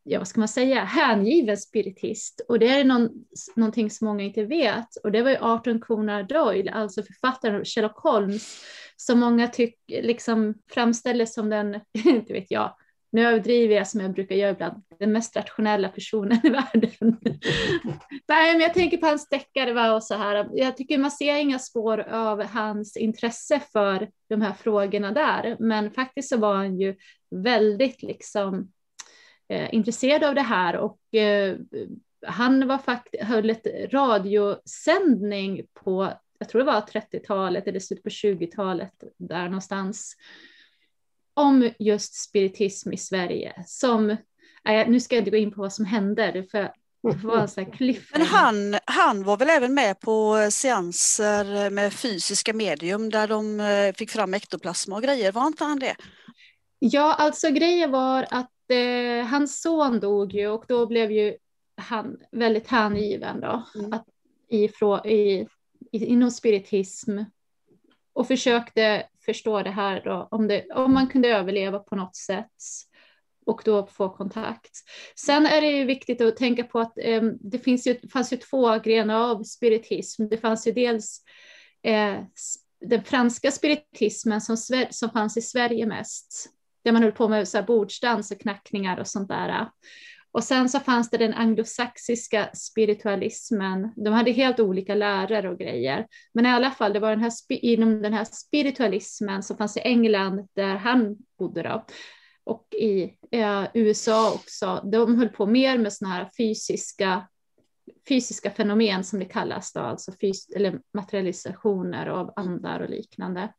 ja, vad ska man säga, hängiven spiritist. Och det är någon, någonting som många inte vet. Och det var ju Arthur Conan Doyle, alltså författaren Sherlock Holmes, som många tycker liksom framställer som den, inte vet jag, nu överdriver jag som jag brukar göra ibland, den mest rationella personen i världen. Nej, men jag tänker på hans deckare var och så här. Jag tycker man ser inga spår av hans intresse för de här frågorna där. Men faktiskt så var han ju väldigt liksom eh, intresserad av det här. Och eh, han var faktiskt höll ett radiosändning på, jag tror det var trettiotalet eller slutet på tjugotalet där någonstans, om just spiritism i Sverige. Som, äh, nu ska jag inte gå in på vad som hände, det får, det får vara en sån här cliff. Men han, han var väl även med på seanser med fysiska medium där de fick fram ektoplasma och grejer, var inte han det? Ja, alltså grejen var att eh, hans son dog ju, och då blev ju han väldigt hängiven då, mm. att ifrå, i, i, inom spiritism, och försökte förstå det här då, om, det, om man kunde överleva på något sätt och då få kontakt. Sen är det ju viktigt att tänka på att eh, det finns ju, fanns ju två grenar av spiritism. Det fanns ju dels eh, den franska spiritismen som, som fanns i Sverige mest, där man höll på med så här bordsdans och knackningar och sånt där. Och sen så fanns det den anglosaxiska spiritualismen. De hade helt olika lärare och grejer. Men i alla fall, det var den här, inom den här spiritualismen som fanns i England där han bodde då. Och i eh, U S A också. De höll på mer med såna här fysiska, fysiska fenomen som det kallas då. Alltså fys- eller materialisationer av andar och liknande.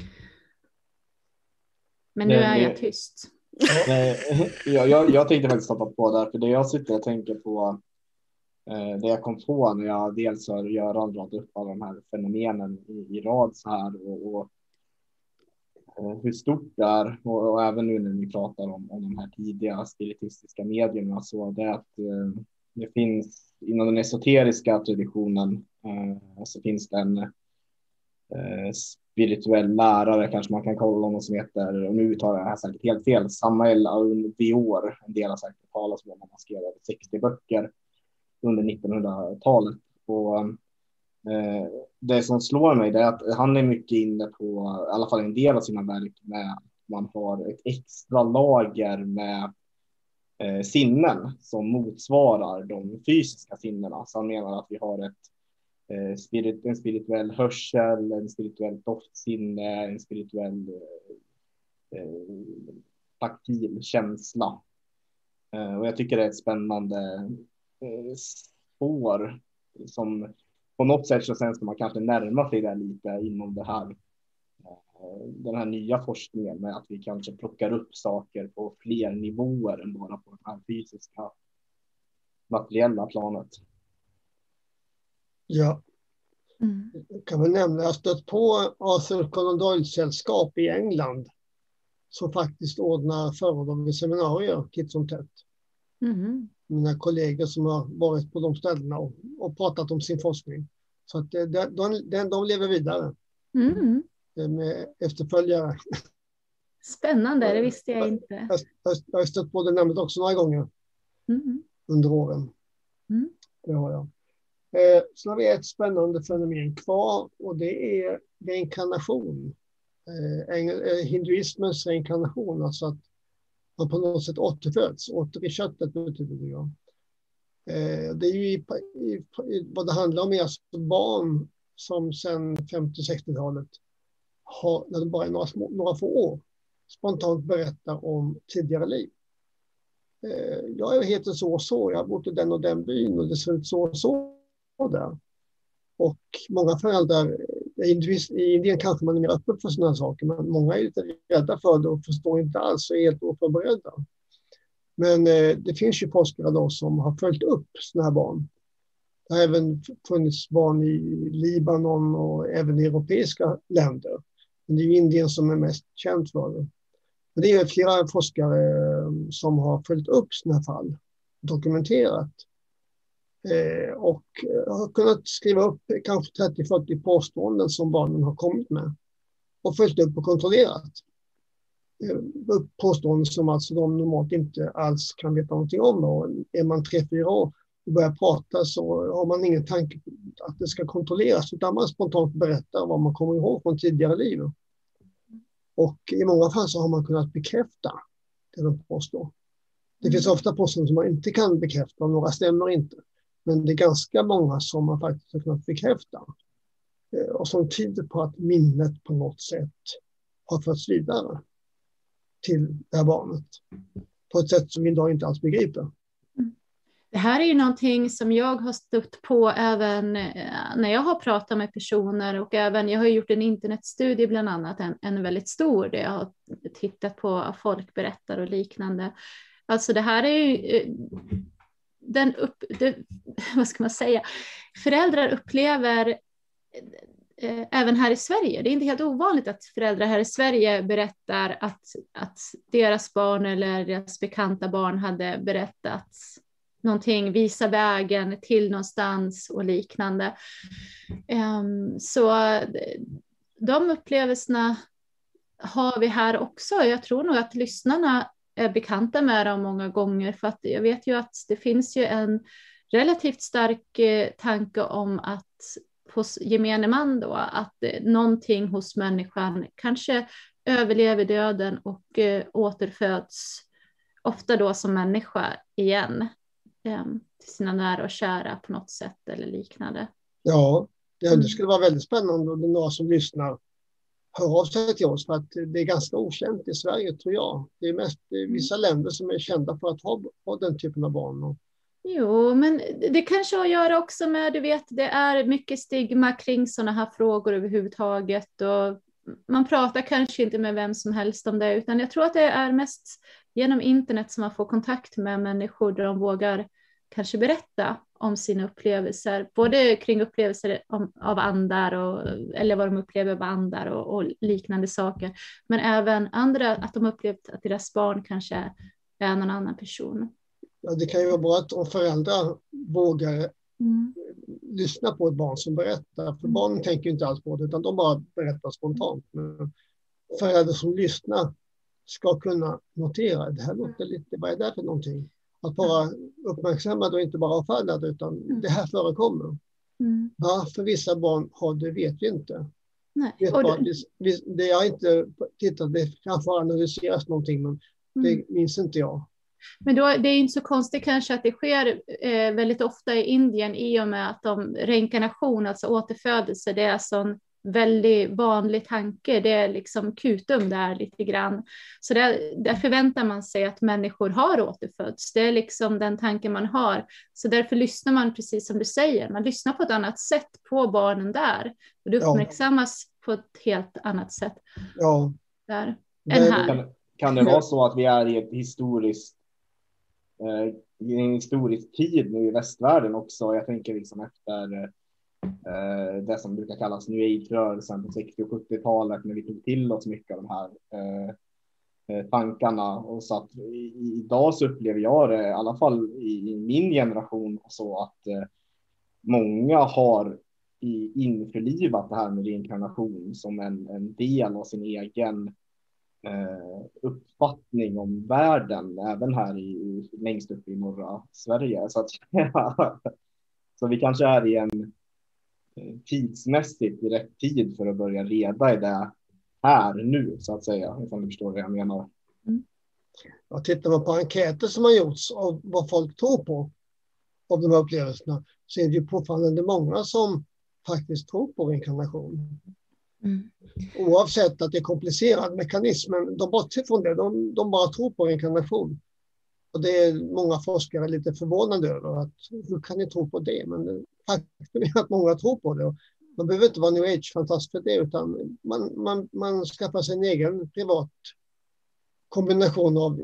Men nu det, är jag det... tyst. jag, jag, jag tänkte faktiskt stoppa på där, för det jag sitter och tänker på, eh, det jag kom på när jag dels har Göran dragit upp alla de här fenomenen i, i rad så här, och, och eh, hur stort det är, och, och även nu när ni pratar om, om de här tidiga spiritistiska medierna, så det är att eh, det finns inom den esoteriska traditionen eh, så finns det en eh, spirituell lärare, kanske man kan kalla honom, som heter, och nu uttalar jag det här säkert helt fel, Samael Aun-Weor. En del har säkert talat om honom. Han skrev sextio böcker under nittonhundratalet. Och eh, det som slår mig är att han är mycket inne på, i alla fall en del av sina verk, med att man har ett extra lager med eh, sinnen som motsvarar de fysiska sinnena. Så han menar att vi har ett Spirit, en spirituell hörsel, en spirituell doftsinne, en spirituell eh, taktil känsla. Eh, och jag tycker det är ett spännande eh, spår som på något sätt så sen ska man kanske närma sig det lite inom det här, eh, den här nya forskningen, med att vi kanske plockar upp saker på fler nivåer än bara på det här fysiska materiella planet. Ja, mm. Jag kan väl nämna, jag har stött på Arthur Conan Doyle-sällskap i England som faktiskt ordnar föredrag i seminarier titt som tätt. Mm. Mina kollegor som har varit på de ställena och, och pratat om sin forskning. Så att de, de, de, de lever vidare mm. med efterföljare. Spännande, det visste jag inte. Jag, jag, jag har stött på det namnet också några gånger mm. under åren. Mm. Det har jag. Eh, så har vi ett spännande fenomen kvar, och det är reinkarnation. Eh, hinduismens reinkarnation, alltså att man på något sätt återföds, åter i köttet betyder det. Ja. Eh, det är ju i, i, i, vad det handlar om är alltså barn som sedan femtio-sextiotalet har, när de bara är några, små, några få år, spontant berättar om tidigare liv. Eh, jag heter så och så, jag har bott i den och den byn och det ser ut så och så där. Och många föräldrar i Indien kanske man är mer öppen för sådana saker, men många är lite rädda för det och förstår inte alls och är helt oförberedda. Men eh, det finns ju forskare då som har följt upp sådana här barn. Det har även funnits barn i Libanon och även i europeiska länder. Men det är ju Indien som är mest känt för det. Men det är flera forskare som har följt upp sådana här fall, dokumenterat. Eh, och har kunnat skriva upp kanske trettio till fyrtio påståenden som barnen har kommit med och följt upp och kontrollerat. påståenden som alltså de normalt inte alls kan veta någonting om. Och är man tre, fyra år och börjar prata så har man ingen tanke på att det ska kontrolleras, utan man spontant berättar vad man kommer ihåg från tidigare liv. Och i många fall så har man kunnat bekräfta det de påstår. Det finns ofta påståenden som man inte kan bekräfta, och några stämmer inte. Men det är ganska många som man faktiskt har kunnat bekräfta. Och som tyder på att minnet på något sätt har förts vidare till det här barnet. På ett sätt som vi idag inte alls begriper. Det här är ju någonting som jag har stött på även när jag har pratat med personer, och även jag har gjort en internetstudie bland annat, en, en väldigt stor, där jag har tittat på folkberättare och liknande. Alltså det här är ju den upp, det, vad ska man säga, föräldrar upplever även här i Sverige. Det är inte helt ovanligt att föräldrar här i Sverige berättar att, att deras barn eller deras bekanta barn hade berättat någonting, visa vägen till någonstans och liknande. Um, så de upplevelserna har vi här också. Jag tror nog att lyssnarna är bekanta med dem många gånger, för att jag vet ju att det finns ju en relativt stark eh, tanke om att hos gemene man då, att eh, någonting hos människan kanske överlever döden och eh, återföds ofta då som människa igen eh, till sina nära och kära på något sätt eller liknande. Ja, det, det skulle vara väldigt spännande om det är några som lyssnar hör av sig till oss, för att det är ganska okänt i Sverige, tror jag. Det är mest det är vissa länder som är kända för att ha, ha den typen av barn. Jo, men det kanske har att göra också med, du vet, det är mycket stigma kring sådana här frågor överhuvudtaget, och man pratar kanske inte med vem som helst om det, utan jag tror att det är mest genom internet som man får kontakt med människor där de vågar kanske berätta om sina upplevelser, både kring upplevelser om, av andar och, eller vad de upplever av andar och, och liknande saker, men även andra, att de upplevt att deras barn kanske är någon annan person. Ja, det kan ju vara bra att om föräldrar vågar mm. lyssna på ett barn som berättar, för barnen tänker ju inte alls på det, utan de bara berättar spontant. Men föräldrar som lyssnar ska kunna notera, det här låter lite, vad är det för någonting? Att bara uppmärksamma och inte bara avfärda det, utan mm. det här förekommer. Mm. Varför vissa barn har det vet vi inte. Nej. Vet Och bara, det, det har inte tittat, det kanske analyseras någonting, men mm. det minns inte jag. Men då, det är inte så konstigt kanske att det sker eh, väldigt ofta i Indien, i och med att de reinkarnation, alltså återfödelse, det är sån väldigt vanlig tanke. Det är liksom kutum där lite grann. Så där, där förväntar man sig att människor har återföds. Det är liksom den tanken man har. Så därför lyssnar man, precis som du säger, man lyssnar på ett annat sätt på barnen där. Och det uppmärksammas ja. på ett helt annat sätt. Ja. Där. Det, än här. Kan, kan det vara så att vi är i ett historiskt eh, i en historisk tid nu i västvärlden också? Jag tänker liksom efter eh, det som brukar kallas New Age-rörelsen på sextio- och sjuttiotalet, när vi tog till oss mycket av de här eh, tankarna. Och så att i, idag så upplever jag det, i alla fall i, i min generation, så att eh, många har i, införlivat det här med reinkarnation som en, en del av sin egen eh, uppfattning om världen, även här i, längst upp i norra Sverige. Så, att, så vi kanske är i en tidsmässigt rätt tid för att börja reda i det här nu, så att säga, om du förstår vad jag menar. Mm. Jag tittar man på enkäter som har gjorts av vad folk tror på av de här upplevelserna, så är det ju påfallande många som faktiskt tror på reinkarnation. Mm. Oavsett att det är komplicerad mekanism, men de bortser från det, de, de bara tror på reinkarnation. Och det är många forskare lite förvånade över, att hur kan ni tro på det? Men faktum är att många tror på det. Man behöver inte vara New Age-fantast för det, utan man, man, man skaffar sig en egen privat kombination av,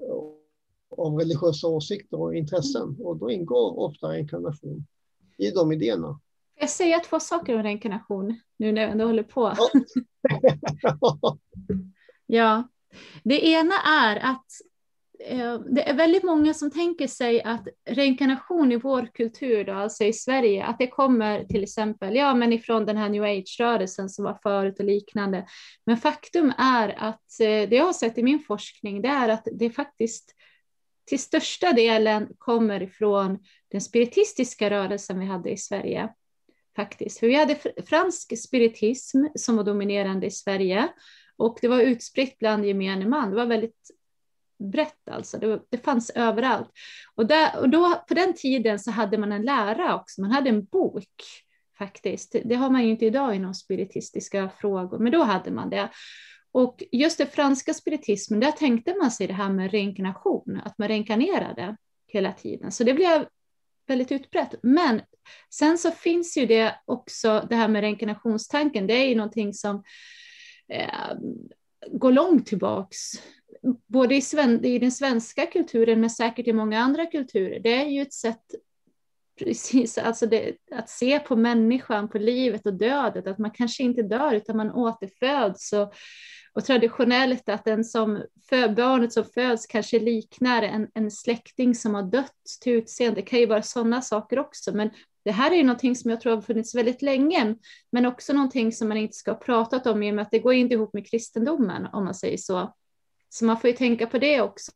av religiösa åsikter och intressen. Och då ingår ofta reinkarnation i de idéerna. Jag säger två saker om reinkarnation nu när jag ändå håller på. Ja. Ja. Det ena är att det är väldigt många som tänker sig att reinkarnation i vår kultur, då, alltså i Sverige, att det kommer till exempel ja, men ifrån den här new age-rörelsen som var förut och liknande. Men faktum är att det jag har sett i min forskning, det är att det faktiskt till största delen kommer ifrån den spiritistiska rörelsen vi hade i Sverige. Faktiskt. För vi hade fransk spiritism som var dominerande i Sverige och det var utspritt bland gemene man. Det var väldigt brett alltså, det, det fanns överallt. Och, där, och då, på den tiden så hade man en lära också, man hade en bok faktiskt. Det, det har man ju inte idag inom spiritistiska frågor, men då hade man det. Och just det franska spiritismen, där tänkte man sig det här med reinkarnation, att man reinkarnerade hela tiden. Så det blev väldigt utbrett. Men sen så finns ju det också, det här med reinkarnationstanken, det är ju någonting som eh, går långt tillbaks. Både i, sven- i den svenska kulturen men säkert i många andra kulturer. Det är ju ett sätt precis, alltså det, att se på människan, på livet och dödet, att man kanske inte dör utan man återföds. Och, och traditionellt att den som för, barnet som föds kanske liknar en, en släkting som har dött till utseende. Det kan ju vara sådana saker också, men det här är ju någonting som jag tror har funnits väldigt länge, men också någonting som man inte ska ha pratat om i och med att det går inte ihop med kristendomen, om man säger så. Så man får ju tänka på det också.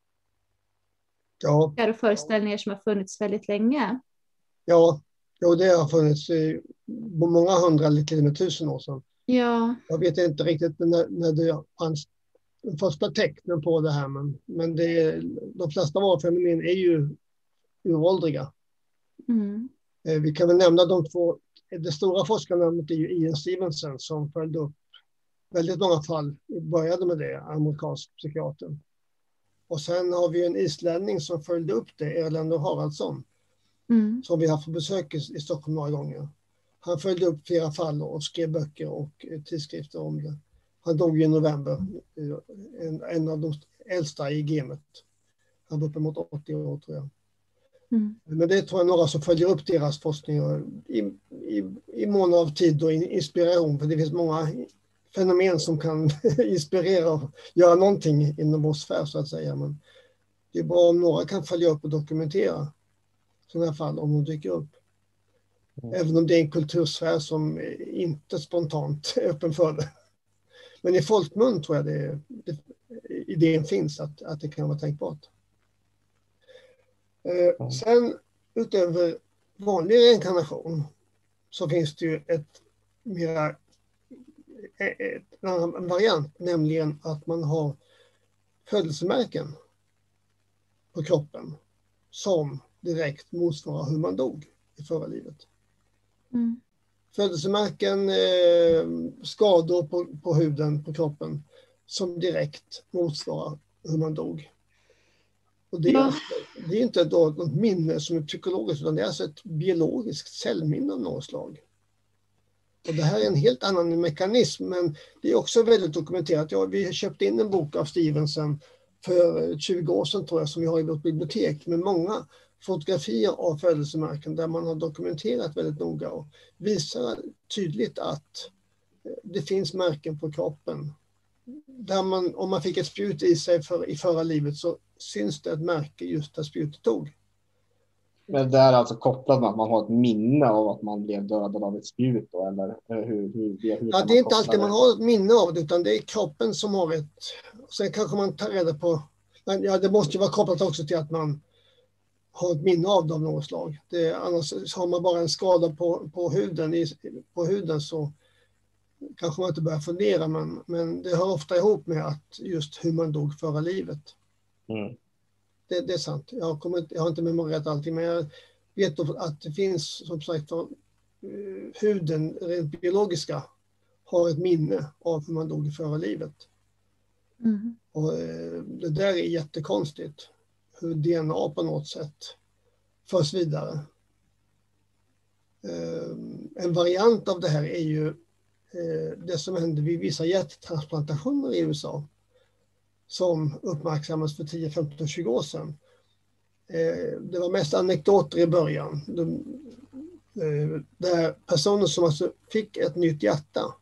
Ja. Det är föreställningar som har funnits väldigt länge. Ja, jo, det har funnits i många hundra, eller till och med tusen år sedan. Ja. Jag vet inte riktigt när, när det fanns de första tecknen på det här, men, men det, de flesta av våra fenomen är ju uråldriga. Mm. Vi kan väl nämna de två, det stora forskarnamnet är ju Ian Stevenson som följde upp väldigt många fall, började med det, amerikansk psykiater. Och sen har vi en islänning som följde upp det, Erlendur Haraldsson, mm. som vi har haft på besök i, i Stockholm några gånger. Han följde upp flera fall och skrev böcker och tidskrifter om det. Han dog i november, en, en av de äldsta i gamet. Han var uppemot åttio år tror jag. Mm. Men det tror jag några som följer upp deras forskning i, i, i mån av tid och inspiration, för det finns många fenomen som kan inspirera och göra någonting inom vår sfär så att säga. Men det är bra om några kan följa upp och dokumentera sådana här fall om de dyker upp. Mm. Även om det är en kultursfär som inte spontant är öppen för det. Men i folkmun tror jag det, det idén finns att, att det kan vara tänkbart. Eh, sen utöver vanlig reinkarnation så finns det ju ett mera en annan variant, nämligen att man har födelsemärken på kroppen som direkt motsvarar hur man dog i förra livet. Mm. Födelsemärken, eh, skador på, på huden, på kroppen som direkt motsvarar hur man dog. Och det är, ja. det är inte då något minne som är psykologiskt, utan det är alltså ett biologiskt cellminne av något slag. Och det här är en helt annan mekanism, men det är också väldigt dokumenterat. Ja, vi köpte in en bok av Stevenson för tjugo år sedan tror jag, som vi har i vårt bibliotek, med många fotografier av födelsemärken där man har dokumenterat väldigt noga och visar tydligt att det finns märken på kroppen. Där man, om man fick ett spjut i sig för, i förra livet så syns det ett märke just där spjutet tog. Men det är alltså kopplat med att man har ett minne av att man blev dödad av ett spjut då, eller hur? hur, hur ja, det är inte alltid det? Man har ett minne av det, utan det är kroppen som har ett... Sen kanske man tar reda på... Ja, det måste ju vara kopplat också till att man har ett minne av det av något slag. Det, annars har man bara en skada på, på, huden, i, på huden så kanske man inte börjar fundera, men, men det hör ofta ihop med att just hur man dog förra livet. Mm. Det, det är sant. Jag, kommer, jag har inte memorerat allting, men jag vet att det finns, som sagt, för, uh, huden, rent biologiska, har ett minne av hur man dog i förra livet. Mm. Och uh, det där är jättekonstigt. Hur D N A på något sätt förs vidare. Uh, en variant av det här är ju uh, det som händer vid vissa hjärttransplantationer i U S A. Som uppmärksammas för tio, femton, tjugo år sedan. Eh, det var mest anekdoter i början. De, eh, där personer som alltså fick ett nytt hjärta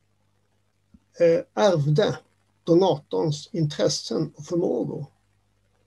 eh, ärvde donatorns intressen och förmågor.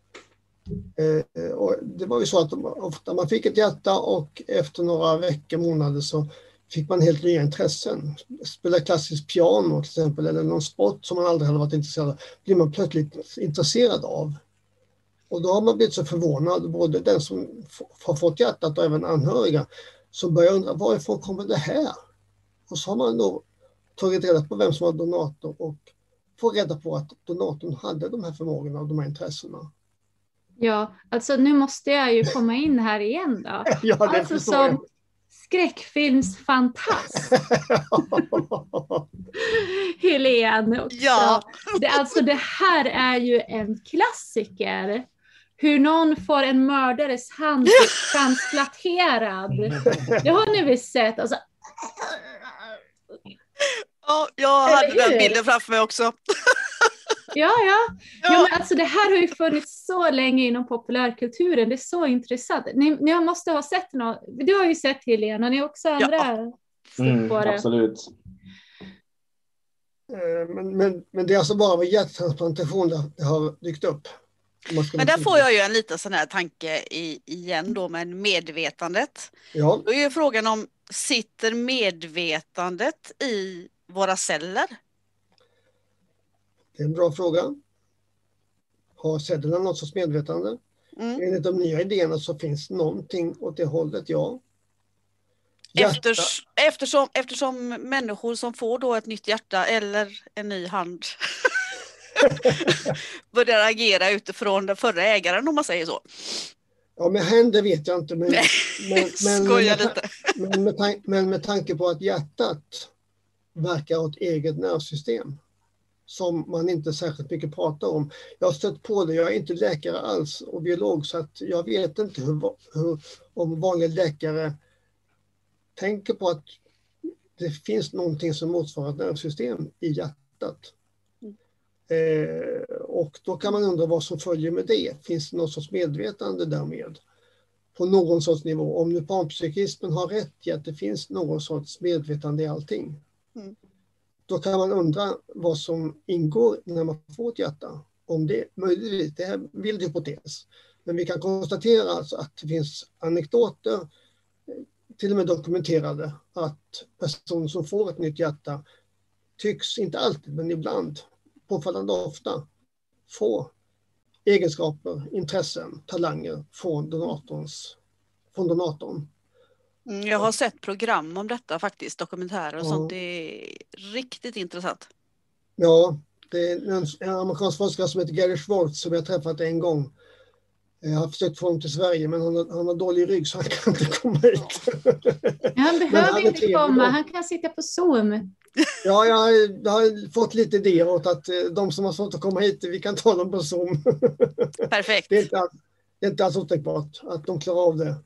Eh, och det var ju så att de, ofta man fick ett hjärta och efter några veckor, månader så fick man helt nya intressen. Spela klassiskt piano till exempel eller någon sport som man aldrig hade varit intresserad av blir man plötsligt intresserad av. Och då har man blivit så förvånad, både den som f- har fått hjärtat och även anhöriga, som börjar undra varifrån kommer det här? Och så har man då tagit reda på vem som var donator och får reda på att donatorn hade de här förmågorna och de här intressena. Ja, alltså nu måste jag ju komma in här igen då. Ja, det Alltså förstår som jag. skräckfilmsfantast. Helene också. Ja. Det, alltså det här är ju en klassiker. Hur någon får en mördares hand transplanterad. Det har ni väl sett? Alltså, Ja, jag hade Eller hur? den bilden framför mig också. ja, ja. Ja. Ja, men alltså det här har ju funnits så länge inom populärkulturen. Det är så intressant. Ni, ni måste ha sett något. Du har ju sett Helena, ni har också andra Ja. Mm, på det. absolut. Eh, Men, men, men det är alltså bara vid hjärttransplantation det har dykt upp. Om man ska Men där vara får jag ju en liten sån här tanke i, igen då med medvetandet. Ja, Då är ju frågan om sitter medvetandet i våra celler? det är en bra fråga. Har cellerna något sorts medvetande? Mm. Enligt de nya idéerna så finns någonting åt det hållet, ja. Hjärta, Efters, eftersom, eftersom människor som får då ett nytt hjärta eller en ny hand börjar agera utifrån den förra ägaren, om man säger så. ja, med händer vet jag inte, men, men, men, Skojar med, lite. men, med tan- men med tanke på att hjärtat verkar ha ett eget nervsystem som man inte särskilt mycket pratar om. Jag har stött på det, jag är inte läkare alls och biolog, så att jag vet inte hur, hur, om vanliga läkare tänker på att det finns någonting som motsvarar ett nervsystem i hjärtat. Eh, och då kan man undra vad som följer med det. Finns det något sorts medvetande därmed? På någon sorts nivå. Om nu panpsykismen har rätt i att det finns någon sorts medvetande i allting. Mm. Då kan man undra vad som ingår när man får ett hjärta. Om det möjligtvis, det är en vild hypotes. Men vi kan konstatera alltså att det finns anekdoter, till och med dokumenterade, att personer som får ett nytt hjärta tycks, inte alltid men ibland, påfallande ofta, få egenskaper, intressen, talanger från donatorns, från donatorn. Mm, jag har sett program om detta faktiskt, dokumentärer och Ja. sånt. Det är riktigt intressant. Ja, det är en, en amerikansk forskare som heter Gary Schwartz som jag träffat en gång. Jag har försökt få honom till Sverige, men han har, han har dålig rygg så han kan inte komma hit. Han Men behöver han är inte trevlig komma, då. han kan sitta på Zoom. Ja, jag har, jag har fått lite idéer åt att eh, de som har svårt att komma hit, vi kan ta dem på Zoom. Perfekt. Det är inte, all- det är inte alls otänkbart att de klarar av det.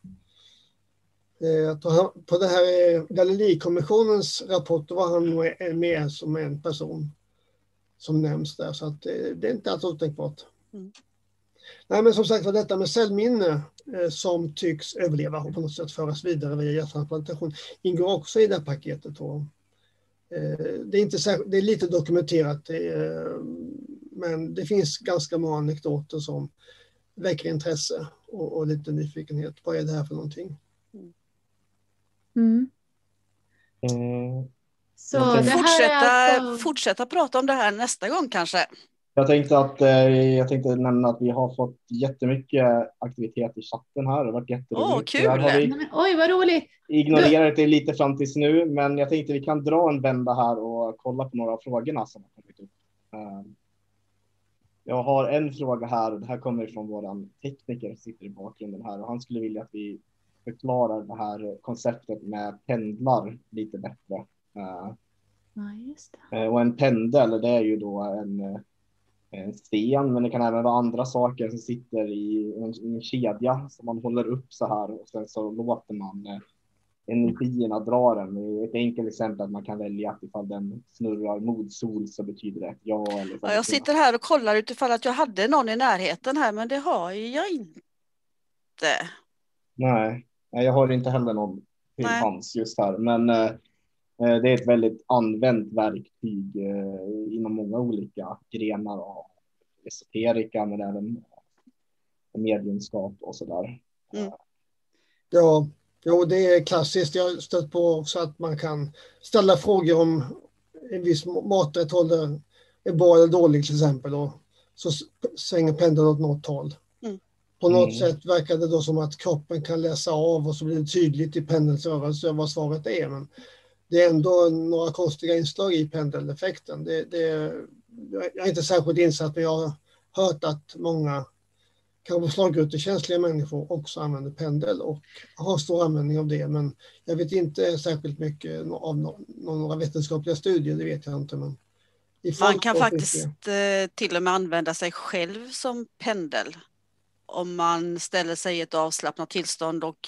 Eh, att han- På den här eh, Galilei-kommissionens rapport då var han med- med som en person som nämns där. Så att, eh, det är inte alls otänkbart. Mm. Nej, men som sagt var detta med cellminne eh, som tycks överleva och på något sätt föras vidare via hjärttransplantation ingår också i det här paketet. Och, eh, det, är inte särskilt, det är lite dokumenterat eh, men det finns ganska många anekdoter som väcker intresse och, och lite nyfikenhet. Vad är det här för någonting? Mm. Mm. Så Jag det tänkte- här Fortsätta, är alltså... fortsätta prata om det här nästa gång kanske. Jag tänkte att eh, jag tänkte nämna att vi har fått jättemycket aktivitet i chatten här. Det har varit jätteroligt. Åh, kul! Tyvärr har vi Nej, men, oj, vad roligt. ignorerat det lite fram tills nu, men jag tänkte vi kan dra en vända här och kolla på några av frågorna som har kommit upp. Eh, Jag har en fråga här, och det här kommer från våran tekniker som sitter i bakgrunden här, och han skulle vilja att vi förklarar det här konceptet med pendlar lite bättre. Eh, Ja, just det. Eh, Och en pendel, det är ju då en, eh, en sten, men det kan även vara andra saker som sitter i en, en kedja som man håller upp så här och sen så låter man eh, energierna dra den. Ett enkelt exempel att man kan välja att ifall den snurrar mot sol så betyder det ett ja. Eller Ja, jag sitter här och kollar utifall att jag hade någon i närheten här, men det har jag inte. Nej, nej, jag har inte heller någon till Nej. hands just här, men eh, eh, det är ett väldigt använt verktyg eh, inom många olika grenar av esoterika, men även mediumskap och sådär. Mm. Ja, jo, det är klassiskt. Jag har stött på också att man kan ställa frågor om en viss maträtt håller är bra eller dålig till exempel. Och så svänger pendeln åt något håll. Mm. På något Mm. sätt verkar det då som att kroppen kan läsa av och så blir det tydligt i pendelns rörelse vad svaret är. Men det är ändå några konstiga inslag i pendeleffekten. Det, det, jag är inte särskilt insatt, men jag har hört att många kanske slagrutekänsliga människor också använder pendel och har stor användning av det. Men jag vet inte särskilt mycket av några vetenskapliga studier, det vet jag inte. Men i Man kan folk faktiskt eh, till och med använda sig själv som pendel. Om man ställer sig i ett avslappnat tillstånd och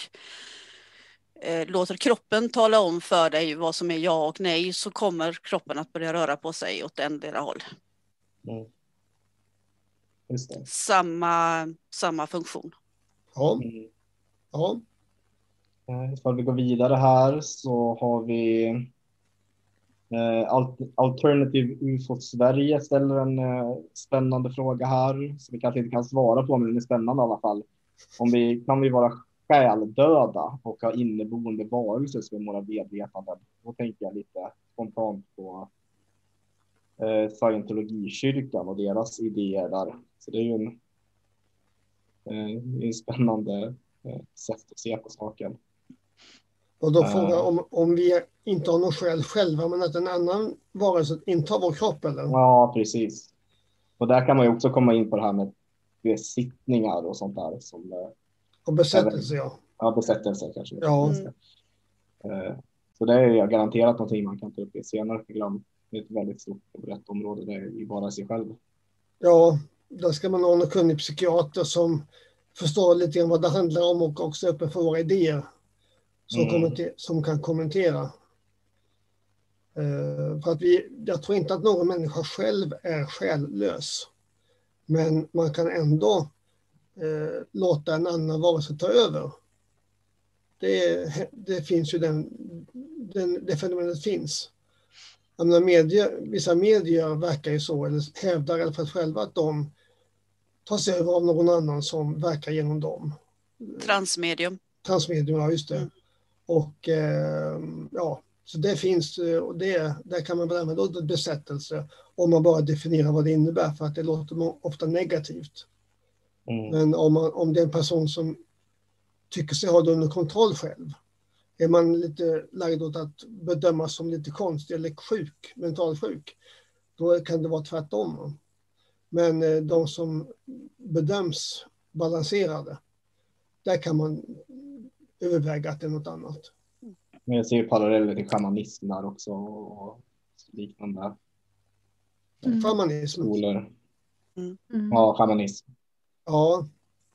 eh, låter kroppen tala om för dig vad som är ja och nej, så kommer kroppen att börja röra på sig åt endera håll. Mm. Just det. Samma, samma funktion. Ja, Mm. ja. Eh, Ifall vi går vidare här så har vi eh, Alt- Alternative U F O Sverige ställer en eh, spännande fråga här som vi kanske inte kan svara på, men den är spännande i alla fall. Om vi, kan vi vara själdöda och ha inneboende varelser som är våra medvetanden? Då tänker jag lite spontant på eh, Scientologikyrkan och deras idéer där. Så det är ju en, eh, en spännande eh, sätt att se på saken. Och då Uh. frågar om, om vi inte har någon själ själva, men att en annan varelse intar vår kropp, eller? Ja, precis. Och där kan man ju också komma in på det här med besittningar och sånt där. Som, eh, Och besättelse, ja. ja, besättelse kanske. Ja. Mm. Eh, så det är ju garanterat någonting man kan ta upp i ett senare program. Det är ett väldigt stort och brett område, det är ju bara sig själv. Ja, där ska man ha en kunnig psykiater som förstår lite grann vad det handlar om och också är öppen för våra idéer. Som, Mm. kommenter- som kan kommentera. Uh, för att vi, jag tror inte att någon människa själv är själlös. Men man kan ändå uh, låta en annan varelse ta över. Det, det finns ju den, den, det fenomenet finns. Jag menar, medier, vissa medier verkar ju så, eller hävdar i alla fall själva att de tas över av någon annan som verkar genom dem. Transmedium. Transmedium, ja just det. Mm. Och eh, ja, så det finns, och det, där kan man väl använda ordet besättelse om man bara definierar vad det innebär, för att det låter ofta negativt. Mm. Men om, man, om det är en person som tycker sig ha det under kontroll själv, är man lite lagd åt att bedömas som lite konstig eller sjuk, mentalt sjuk, då kan det vara tvärtom. Men eh, de som bedöms balanserade, där kan man överväga att det är något annat. Men jag ser ju paralleller till shamanism där också och liknande Mm. Shamanism. skolor. Mm. Mm. Ja, shamanism. Ja,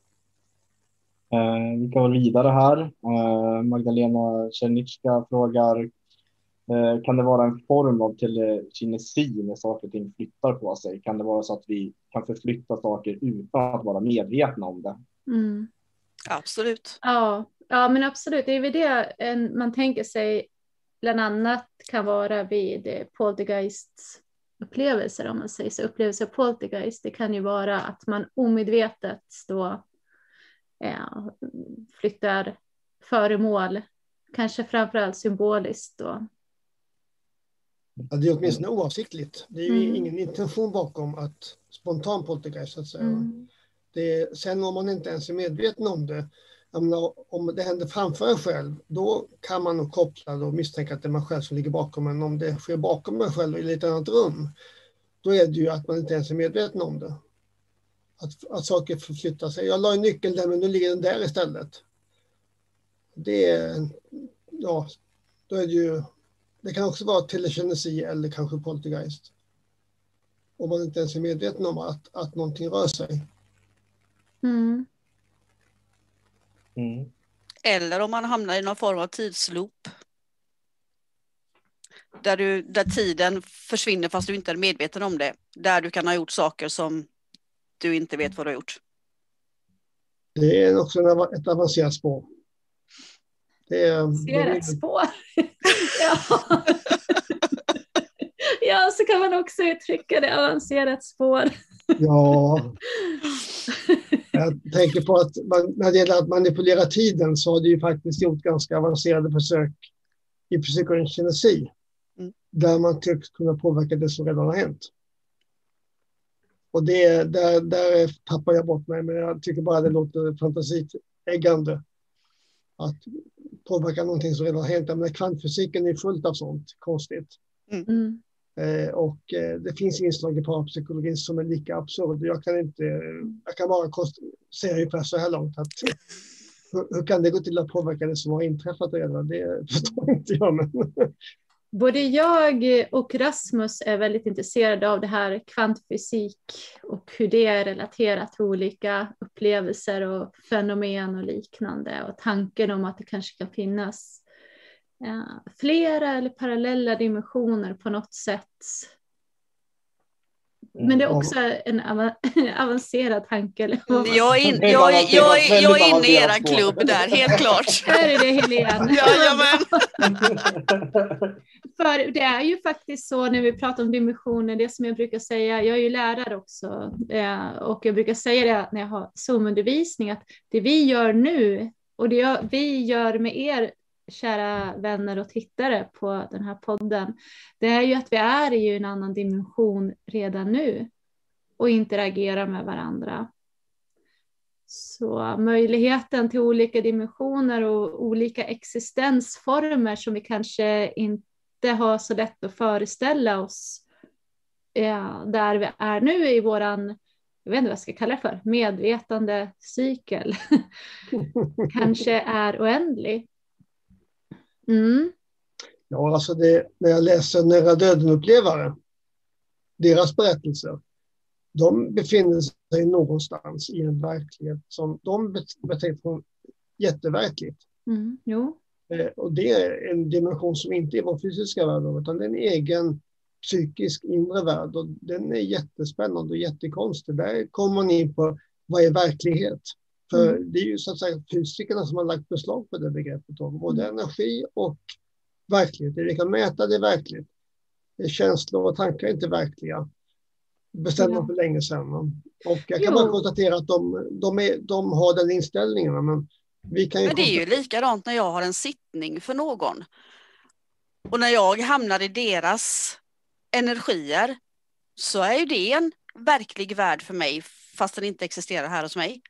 Eh, vi går vidare här. Eh, Magdalena Czernicka frågar, eh, kan det vara en form av telekinesi när saker och ting flyttar på sig? Kan det vara så att vi kan förflytta saker utan att vara medvetna om det? Mm. Absolut. Ja, ja, men absolut. Det är väl det en, man tänker sig bland annat kan vara vid eh, poltergeist-upplevelser, om man säger så. Upplevelser av poltergeist, det kan ju vara att man omedvetet då eh, flyttar föremål, kanske framförallt symboliskt då. ja, det är åtminstone oavsiktligt. Det är ju Mm. ingen intention bakom att spontan poltergeist, så att säga. Mm. Det är, sen om man inte ens är medveten om det, jag menar, om det händer framför en själv, då kan man nog koppla och misstänka att det är man själv som ligger bakom. Men om det sker bakom en själv i ett annat rum, då är det ju att man inte ens är medveten om det. Att, att saker förflyttar sig. Jag la en nyckel där, men nu ligger den där istället. Det är, ja, då är det ju, det kan också vara telekinesi eller kanske poltergeist. Om man inte ens är medveten om att, att någonting rör sig. Mm. Mm. Eller om man hamnar i någon form av tidsloop. Där, du, där tiden försvinner fast du inte är medveten om det. Där du kan ha gjort saker som du inte vet vad du har gjort. Det är också en, ett avancerat spår. Det är, Ser ett spår. Ja. Ja, så kan man också uttrycka det, avancerat spår. Ja. Jag tänker på att man, när det gäller att manipulera tiden så har det ju faktiskt gjort ganska avancerade försök i psykokinesi. Mm. Där man tycks kunna påverka det som redan har hänt. Och det, där, där tappar jag bort mig, men jag tycker bara det låter fantasieggande att påverka någonting som redan har hänt. Men kvantfysiken är fullt av sånt konstigt. Mm. Eh, och eh, det finns inslag i parapsykologin som är lika absurd. Jag kan inte, jag kan bara kost- säga ungefär så här långt att hur, hur kan det gå till att påverka det som har inträffat redan? Det förstår inte jag. Men både jag och Rasmus är väldigt intresserade av det här kvantfysik och hur det är relaterat till olika upplevelser och fenomen och liknande. Och tanken om att det kanske kan finnas ja, flera eller parallella dimensioner på något sätt. Men det är också en av- avancerad tanke. Eller vad man... jag, är in, jag, är, jag, är, jag är inne i era klubb där, helt klart. Är det det, Helene? Jajamän. För det är ju faktiskt så när vi pratar om dimensioner, det som jag brukar säga, jag är ju lärare också, och jag brukar säga det när jag har Zoom-undervisning, att det vi gör nu och det vi gör med er kära vänner och tittare på den här podden, det är ju att vi är i en annan dimension redan nu och interagerar med varandra. Så möjligheten till olika dimensioner och olika existensformer som vi kanske inte har så lätt att föreställa oss ja, där vi är nu i våran, jag vet inte vad jag ska kalla det för, medvetande cykel kanske är oändlig. Mm. Ja, alltså det, när jag läser Nära döden-upplevare, deras berättelser, de befinner sig någonstans i en verklighet som de betecknar som jätteverkligt. Mm, jo. Eh, och det är en dimension som inte är vår fysiska värld, utan det är en egen psykisk inre värld. Och den är jättespännande och jättekonstig. Där kommer man in på vad är verklighet. För mm. det är ju så att säga fysikerna som har lagt beslag på det begreppet om både energi och verklighet. Det vi kan mäta det är verkligt. Det är känslor och tankar är inte verkliga. Bestämma ja. för länge sedan. Och jag kan jo. bara konstatera att de, de, är, de har den inställningen. Men, vi kan ju men det är ju likadant när jag har en sittning för någon. Och när jag hamnar i deras energier så är ju det en verklig värld för mig fast den inte existerar här hos mig.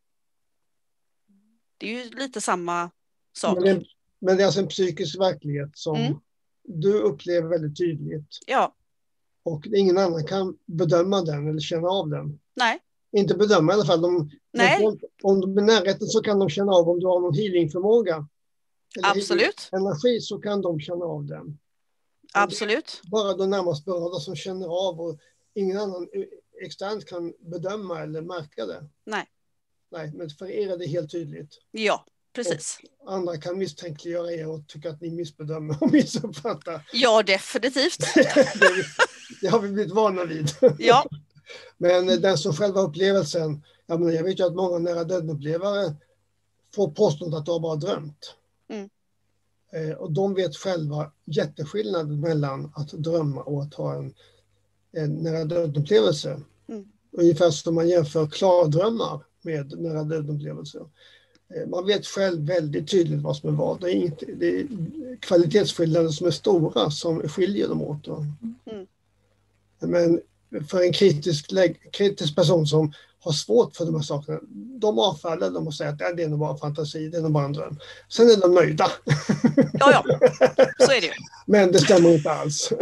Det är ju lite samma sak. Men det, men det är alltså en psykisk verklighet som mm. du upplever väldigt tydligt. Ja. Och ingen annan kan bedöma den eller känna av den. Nej. Inte bedöma i alla fall. De, Nej. De, om de är närheten så kan de känna av om du har någon healingförmåga. Eller absolut. Energi så kan de känna av den. Absolut. Bara de närmast berörda som känner av och ingen annan externt kan bedöma eller märka det. Nej. Nej, men för er är det helt tydligt. Ja, precis. Och andra kan misstänkliggöra er och tycka att ni missbedömer och missuppfattar. Ja, definitivt. det, det har vi blivit vana vid. Ja. Men den som själva upplevelsen, jag, menar, jag vet ju att många nära döden-upplevare får påstånd att de har bara drömt. Mm. Eh, och de vet själva jätteskillnaden mellan att drömma och att ha en, en nära döden-upplevelse. Mm. Ungefär som man jämför klardrömmar med nära döden-upplevelser. Eh, man vet själv väldigt tydligt vad som är vad. Det är, inte, det är kvalitetsskillnader som är stora som skiljer dem åt. Mm. Men för en kritisk, kritisk person som har svårt för de här sakerna, de avfärdar dem och säger att det är nog bara fantasi, det är nog bara en dröm. Sen är de nöjda. Ja, ja. Så är det ju. Men det stämmer inte alls.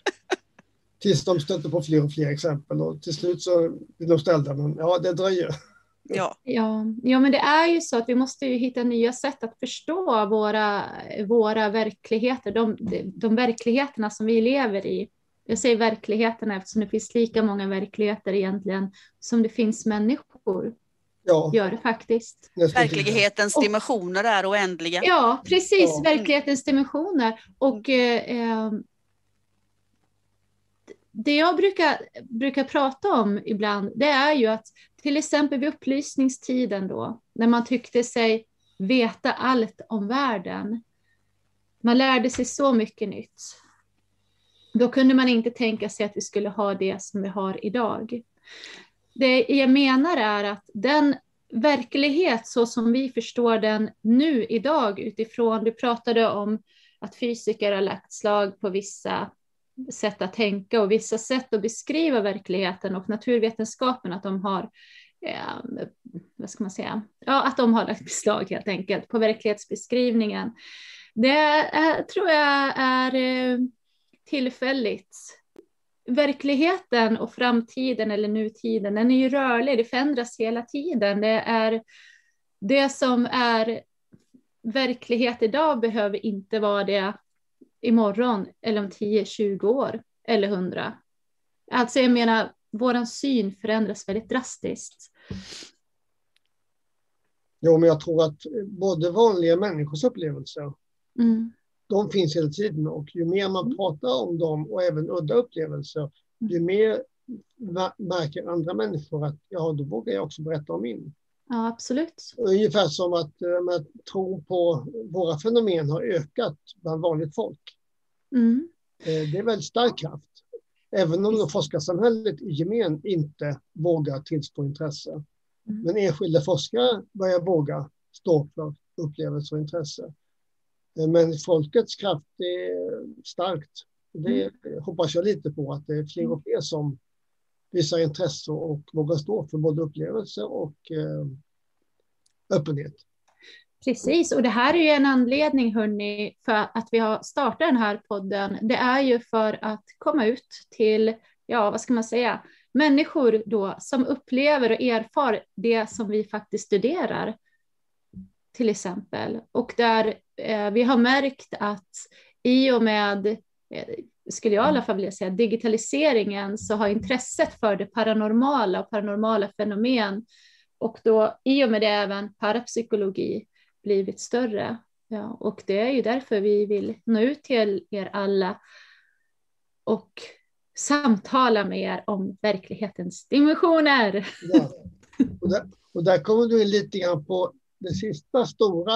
Tills de stöter på fler och fler exempel och till slut så blir de ställda, men ja, det dröjer. Ja. Ja, ja, men det är ju så att vi måste ju hitta nya sätt att förstå våra, våra verkligheter, de, de verkligheterna som vi lever i. Jag säger verkligheterna eftersom det finns lika många verkligheter egentligen som det finns människor. Ja. Gör det faktiskt. Verklighetens dimensioner är oändliga. Ja, precis. Ja. Verklighetens dimensioner. Och eh, det jag brukar, brukar prata om ibland, det är ju att till exempel vid upplysningstiden då, när man tyckte sig veta allt om världen. Man lärde sig så mycket nytt. Då kunde man inte tänka sig att vi skulle ha det som vi har idag. det jag menar är att den verklighet så som vi förstår den nu idag utifrån, du pratade om att fysiker har lagt slag på vissa sätt att tänka och vissa sätt att beskriva verkligheten, och naturvetenskapen att de har eh, vad ska man säga? Ja, att de har lagt beslag helt enkelt på verklighetsbeskrivningen. Det är, tror jag är eh, tillfälligt. Verkligheten och framtiden eller nutiden, den är ju rörlig, det förändras hela tiden. Det är det som är verklighet idag behöver inte vara det imorgon eller om tio, tjugo år eller hundra. Alltså jag menar, våran syn förändras väldigt drastiskt. Jo, men jag tror att både vanliga människors upplevelser, Mm. de finns hela tiden, och ju mer man pratar om dem och även udda upplevelser, ju mer märker andra människor att ja, då vågar jag också berätta om min. Ja, absolut. Ungefär som att man tror på våra fenomen har ökat bland vanligt folk. Mm. Det är väldigt stark kraft. Även om forskarsamhället i gemen inte vågar tillstå intresse. Mm. Men enskilda forskare börjar våga stå för upplevelser och intresse. Men folkets kraft är starkt. Det mm. hoppas jag lite på, att det är fler och fler som visar intresse och vågar stå för både upplevelser och eh, öppenhet. Precis, och det här är ju en anledning hörni, för att vi har startat den här podden. Det är ju för att komma ut till, ja vad ska man säga, människor då som upplever och erfar det som vi faktiskt studerar. Till exempel. Och där eh, vi har märkt att i och med, eh, skulle jag i alla fall vilja säga, digitaliseringen, så har intresset för det paranormala och paranormala fenomen, och då i och med det även parapsykologi, blivit större. Ja, och det är ju därför vi vill nå ut till er alla och samtala med er om verklighetens dimensioner. Ja. Och, där, och där kommer du in lite grann på det sista stora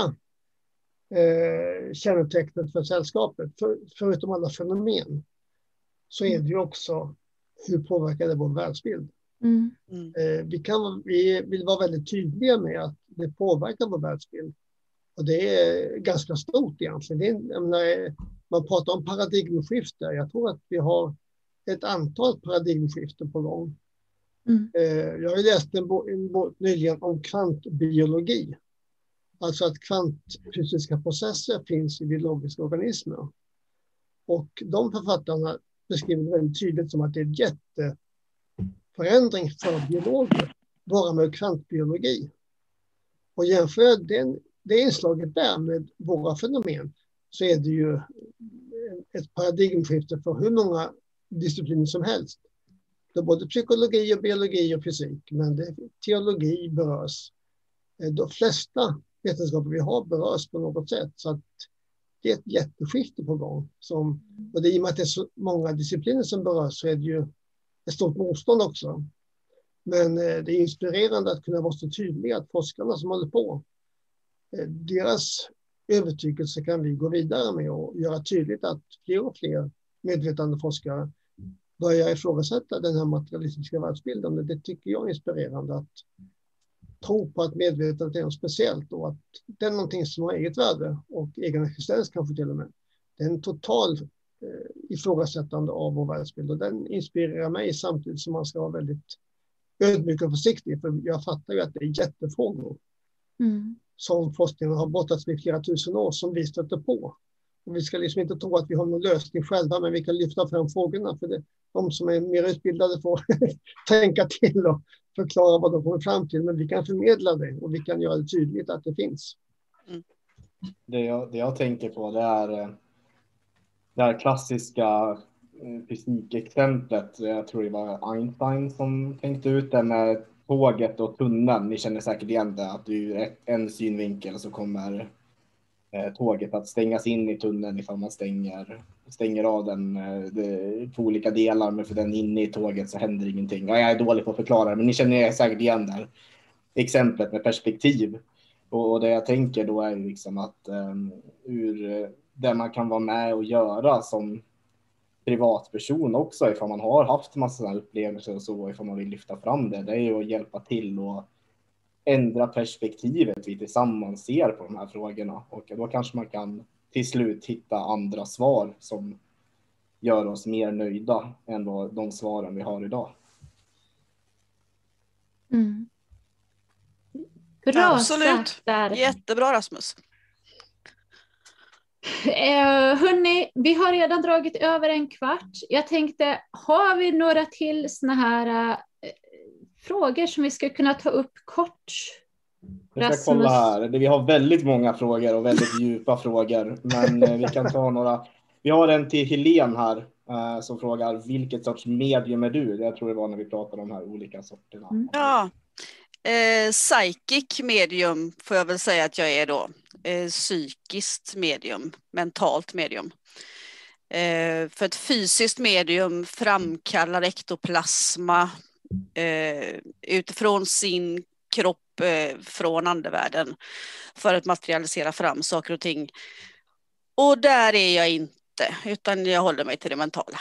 eh, kännetecknet för sällskapet. För, förutom alla fenomen så är det ju också hur påverkar det vår världsbild. Mm. Eh, vi, kan, vi vill vara väldigt tydliga med att det påverkar vår världsbild. Och det är ganska stort egentligen. Det är, jag menar, man pratar om paradigmskifte. Jag tror att vi har ett antal paradigmskiften på gång. Mm. Eh, jag har läst en bok, en bok nyligen om kvantbiologi. Alltså att kvantfysiska processer finns i biologiska organismer. Och de författarna beskriver det väldigt tydligt som att det är en jätteförändring för biologer bara med kvantbiologi. Och jämför den, det inslaget där med våra fenomen, så är det ju ett paradigmskifte för hur många discipliner som helst. Det är både psykologi och biologi och fysik, men det, teologi berörs. De flesta vetenskaper vi har berörs på något sätt, så att det är ett jätteskifte på gång. Som, och det, i och med att det är så många discipliner som berörs, så är det ju ett stort motstånd också. Men det är inspirerande att kunna vara så tydliga, att forskarna som håller på, deras övertygelse kan vi gå vidare med och göra tydligt att fler och fler medvetande forskare börjar ifrågasätta den här materialistiska världsbilden. Det tycker jag är inspirerande, att tro på att medvetandet är något speciellt och att det är någonting som har eget värde och egen existens kanske till och med. Det är en total eh, ifrågasättande av vår världsbild, och den inspirerar mig samtidigt som man ska vara väldigt ödmjuk och försiktig, för jag fattar ju att det är jättefrågor mm. som forskningen har brottats med flera tusen år som vi stöter på. Och vi ska liksom inte tro att vi har någon lösning själva, men vi kan lyfta fram frågorna, för det, de som är mer utbildade får tänka till och förklara vad de kommer fram till, men vi kan förmedla det och vi kan göra det tydligt att det finns. Mm. Det, jag, det jag tänker på, det är det här klassiska fysikexemplet. Jag tror det var Einstein som tänkte ut det med tåget och tunneln. Ni känner säkert igen det, att du är en synvinkel så kommer eh, tåget att stängas in i tunneln ifall man stänger, stänger av den eh, det, på olika delar, men för den inne i tåget så händer ingenting. Ja, jag är dålig på att förklara det, men ni känner säkert igen det exemplet med perspektiv. Och, och det jag tänker då är liksom att um, ur det man kan vara med och göra som privatperson också, ifall man har haft massa sådana upplevelser och så, ifall man vill lyfta fram det, det är ju att hjälpa till och ändra perspektivet vi tillsammans ser på de här frågorna. Och då kanske man kan till slut hitta andra svar som gör oss mer nöjda än vad de svaren vi har idag. Mm. Bra Absolut. sagt där. Jättebra, Rasmus. Eh, hörni, vi har redan dragit över en kvart. Jag tänkte, har vi några till såna här eh, frågor som vi ska kunna ta upp kort? Jag ska kolla här. Vi har väldigt många frågor och väldigt djupa frågor. Men eh, vi kan ta några. Vi har en till Helene här eh, som frågar, vilket sorts medium är du? Jag tror det var när vi pratade om de här olika sorterna. Mm. Ja, eh, psychic medium får jag väl säga att jag är då. Eh, psykiskt medium, mentalt medium. Eh, för ett fysiskt medium framkallar ektoplasma eh, utifrån sin kropp eh, från andevärlden för att materialisera fram saker och ting. Och där är jag inte, utan jag håller mig till det mentala.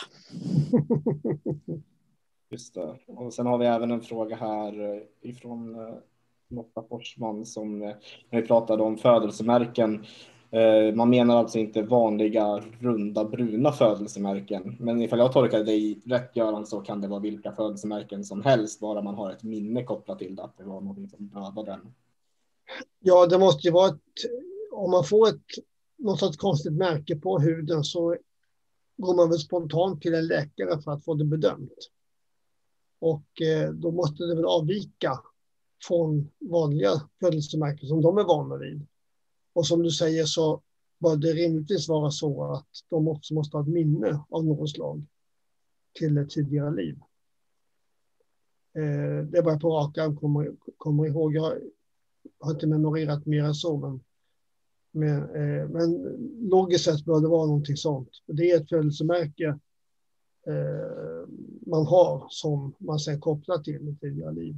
Just det. Och sen har vi även en fråga här ifrån Lotta Forsman som, när vi pratade om födelsemärken, man menar alltså inte vanliga runda bruna födelsemärken, men ifall jag tolkar dig rätt, Göran, så kan det vara vilka födelsemärken som helst, bara man har ett minne kopplat till det, att det var något som dödade den. Ja, det måste ju vara ett, om man får ett något sorts konstigt märke på huden så går man väl spontant till en läkare för att få det bedömt. Och eh, då måste det väl avvika från vanliga födelsemärken som de är vana vid. Och som du säger så bör det rimligtvis vara så att de också måste ha ett minne av något slag till ett tidigare liv. Eh, det är bara på rak arm kommer, kommer ihåg. Jag har inte memorerat mer än så, men, men, eh, men logiskt sett bör det vara någonting sånt. Det är ett födelsemärke eh, man har som man sen kopplar till ett tidigare liv.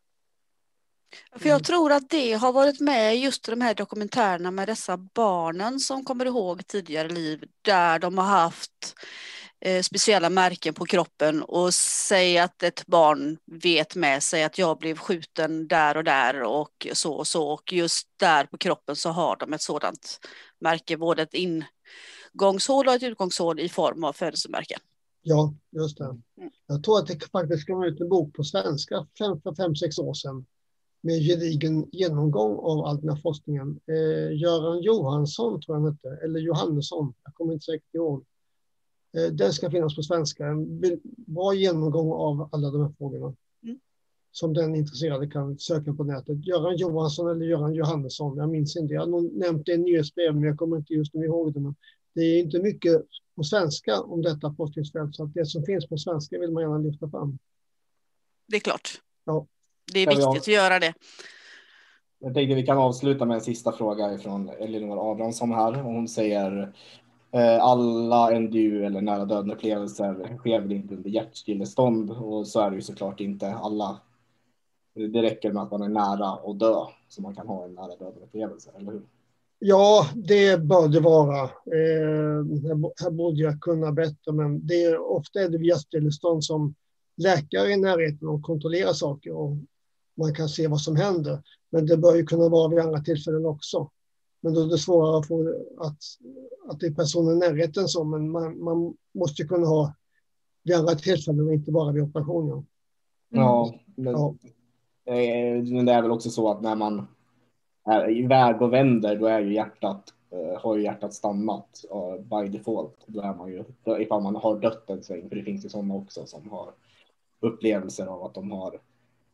För jag tror att det har varit med just i de här dokumentärerna med dessa barnen som kommer ihåg tidigare liv där de har haft eh, speciella märken på kroppen och säga att ett barn vet med sig att jag blev skjuten där och där och så och så, och just där på kroppen så har de ett sådant märke, både ett ingångshål och ett utgångshål i form av födelsemärken. Ja, just det. Jag tror att det faktiskt kom ut en bok på svenska för fem, sex år sedan med gedigen genomgång av all den här forskningen. Eh, Göran Johansson tror jag han hette, eller Johannesson, jag kommer inte säkert ihåg. Eh, den ska finnas på svenska. En bra genomgång av alla de här frågorna. Mm. Som den intresserade kan söka på nätet. Göran Johansson eller Göran Johannesson, jag minns inte. Jag har nog nämnt det i nyhetsbrev, men jag kommer inte just nu ihåg det. Men det är inte mycket på svenska om detta forskningsfält, så att det som finns på svenska vill man gärna lyfta fram. Det är klart. Ja. Det är viktigt att göra det. Jag tänkte vi kan avsluta med en sista fråga från Elinor Abrahamsson här. Och hon säger, alla en du eller nära döden upplevelser sker väl inte under hjärtstillestånd, och så är det ju såklart inte alla. Det räcker med att man är nära och dö så man kan ha en nära döden upplevelse, eller hur? Ja, det bör det vara. Eh, här borde jag kunna bättre, men det är, ofta är det vid hjärtstillestånd som läkare i närheten och kontrollerar saker och man kan se vad som händer. Men det bör ju kunna vara vid andra tillfällen också. Men då är det svårare att få att, att det är personen i närheten så, men man, man måste ju kunna ha vid andra tillfällen och inte bara vid operationen. Mm. Ja, men, ja. Men det är väl också så att när man är iväg och vänder, då är ju hjärtat, har ju hjärtat stannat by default. Då är man ju, ifall man har dött en sväng, för det finns ju sådana också som har upplevelser av att de har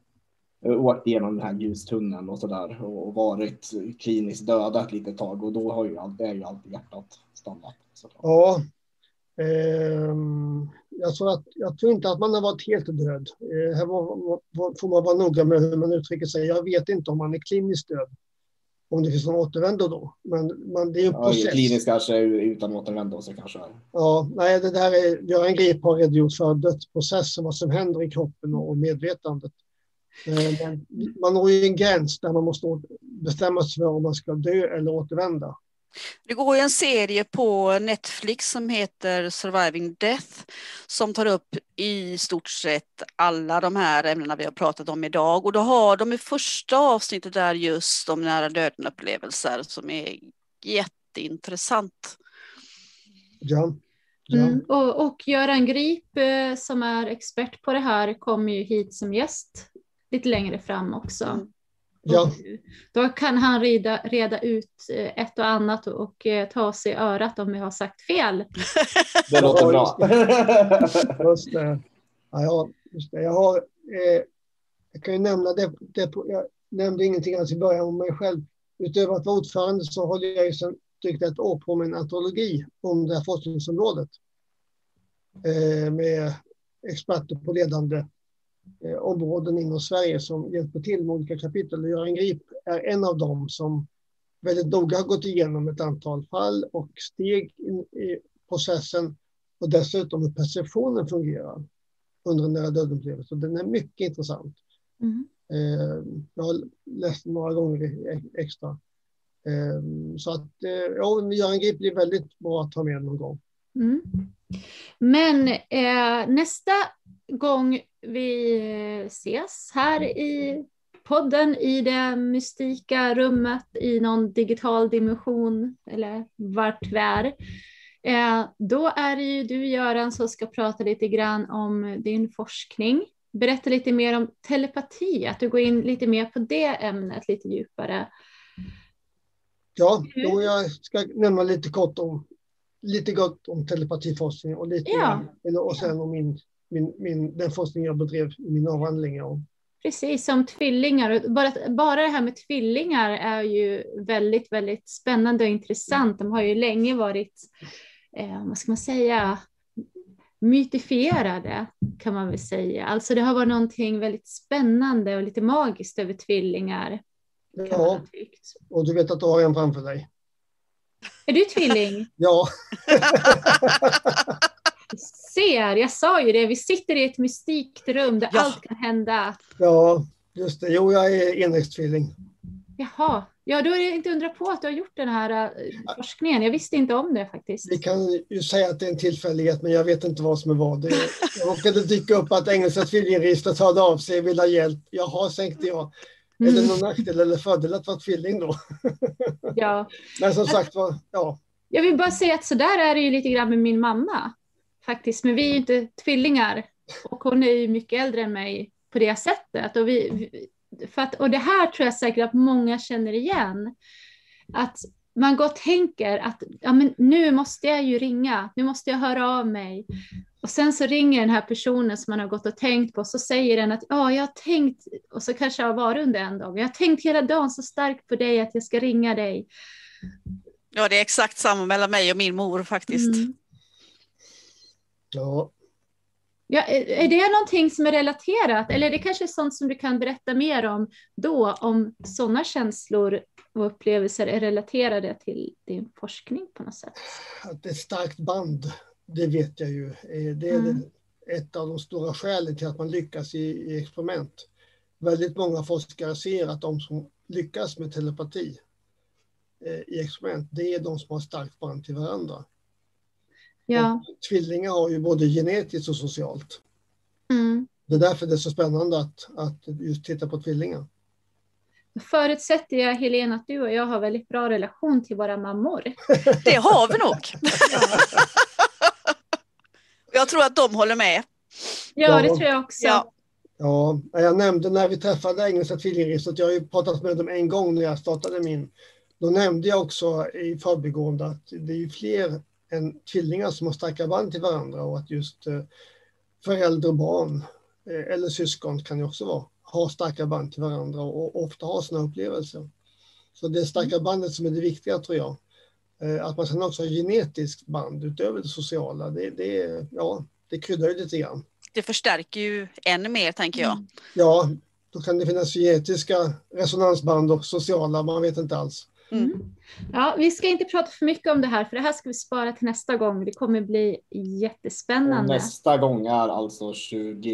åkt igenom den här ljustunneln och sådär och varit kliniskt döda ett litet tag, och då har ju alltid, är ju alltid hjärtat stannat. Såklart. Ja, eh, jag, tror att, jag tror inte att man har varit helt död. Eh, här var, var, får man vara noga med hur man uttrycker sig. Jag vet inte om man är kliniskt död, om det finns någon återvändo då. Men man, det är en ja, process. Kliniskt kanske utan återvändo så kanske. Ja, nej, det där är, Göran Grip har redogjort för dödsprocessen, vad som händer i kroppen och medvetandet. Men man har ju en gräns där man måste bestämma sig för om man ska dö eller återvända. Det går ju en serie på Netflix som heter Surviving Death som tar upp i stort sett alla de här ämnena vi har pratat om idag. Och då har de i första avsnittet där just de nära döden-upplevelser som är jätteintressant. Ja. Ja. Mm, och, och Göran Grip eh, som är expert på det här kommer ju hit som gäst lite längre fram också. Mm. Ja. Då kan han reda, reda ut ett och annat och, och ta oss i örat om vi har sagt fel. Det låter bra. Just det. Ja, just det. Jag, har, eh, jag kan ju nämna det, det. Jag nämnde ingenting alls i början om mig själv. Utöver att vara ordförande så håller jag ju sedan drygt ett år på med en antologi om det här forskningsområdet. Eh, med experter på ledande eh, områden inom Sverige som hjälper till med olika kapitel. Göran Grip är en av dem som väldigt noga har gått igenom ett antal fall och steg in i processen och dessutom hur perceptionen fungerar under en nära döden-upplevelse. Den är mycket intressant. Mm. Eh, jag har läst några gånger extra. Eh, så att eh, ja, Göran Grip blir väldigt bra att ta med någon gång. Mm. Men eh, nästa gång vi ses här i podden i det mystika rummet i någon digital dimension eller vart vi är, eh, då är det ju du, Göran, som ska prata lite grann om din forskning. Berätta lite mer om telepati, att du går in lite mer på det ämnet lite djupare. Ja, då jag ska nämna lite kort om lite gott om telepatiforskning och lite Ja. eller, och sen om min, min, min, den forskning jag bedrev i min avhandling. Och... Precis, som tvillingar. Bara, bara det här med tvillingar är ju väldigt, väldigt spännande och intressant. De har ju länge varit, eh, vad ska man säga, mytifierade kan man väl säga. Alltså det har varit någonting väldigt spännande och lite magiskt över tvillingar. Kan man Ja, ha tyckt. och du vet att du har en framför dig. Är du tvilling? Ja. Ser, jag sa ju det, vi sitter i ett mystikt rum där Ja. allt kan hända. Ja, just det. Jo, jag är enäggstvilling. Jaha, ja då är det inte undra på att du har gjort den här uh, forskningen. Jag visste inte om det faktiskt. Vi kan ju säga att det är en tillfällighet, men jag vet inte vad som är vad. Det råkade dyka upp att engelska tvillingregistret hörde av sig och ville ha hjälp. Jaha, tänkte jag. Är det någon nackdel eller fördel att vara tvilling då? Ja. Men som sagt var, ja. Jag vill bara säga att så där är det ju lite grann med min mamma faktiskt. Men vi är ju inte tvillingar och hon är ju mycket äldre än mig på det sättet. Och, vi, för att, och det här tror jag säkert att många känner igen. Att man gott tänker att ja, men nu måste jag ju ringa, nu måste jag höra av mig. Och sen så ringer den här personen som man har gått och tänkt på och så säger den att ja, jag har tänkt, och så kanske jag har varit under en dag. Jag har tänkt hela dagen så starkt på dig att jag ska ringa dig. Ja, det är exakt samma mellan mig och min mor faktiskt. Mm. Ja. Ja, är, är det någonting som är relaterat? Eller är det kanske sånt som du kan berätta mer om då? Om sådana känslor och upplevelser är relaterade till din forskning på något sätt? Att det är ett starkt band, det vet jag ju. Det är Mm. ett av de stora skälen till att man lyckas i, i experiment. Väldigt många forskare ser att de som lyckas med telepati eh, i experiment, det är de som har starkt band till varandra. Ja. Och tvillingar har ju både genetiskt och socialt. Mm. Det är därför det är så spännande att, att just titta på tvillingar. Förutsätter jag, Helena, att du och jag har väldigt bra relation till våra mammor. Det har vi nog. Jag tror att de håller med. Ja, det Ja. tror jag också. Ja. Ja, jag nämnde när vi träffade engelska tvillingregistret, jag har ju pratat med dem en gång när jag startade min. Då nämnde jag också i förbigående att det är ju fler än tvillingar som har starka band till varandra och att just eh, föräldrar och barn eh, eller syskon kan ju också vara, har starka band till varandra och ofta har såna upplevelser. Så det är starka bandet som är det viktiga, tror jag. Eh, att man sen också har genetiskt band utöver det sociala, det, det, ja, det kryddar ju lite grann. Det förstärker ju ännu mer, tänker jag. Mm. Ja, då kan det finnas genetiska resonansband och sociala, man vet inte alls. Mm. Ja, vi ska inte prata för mycket om det här, för det här ska vi spara till nästa gång. Det kommer bli Och jättespännande. nästa gång är alltså tjugo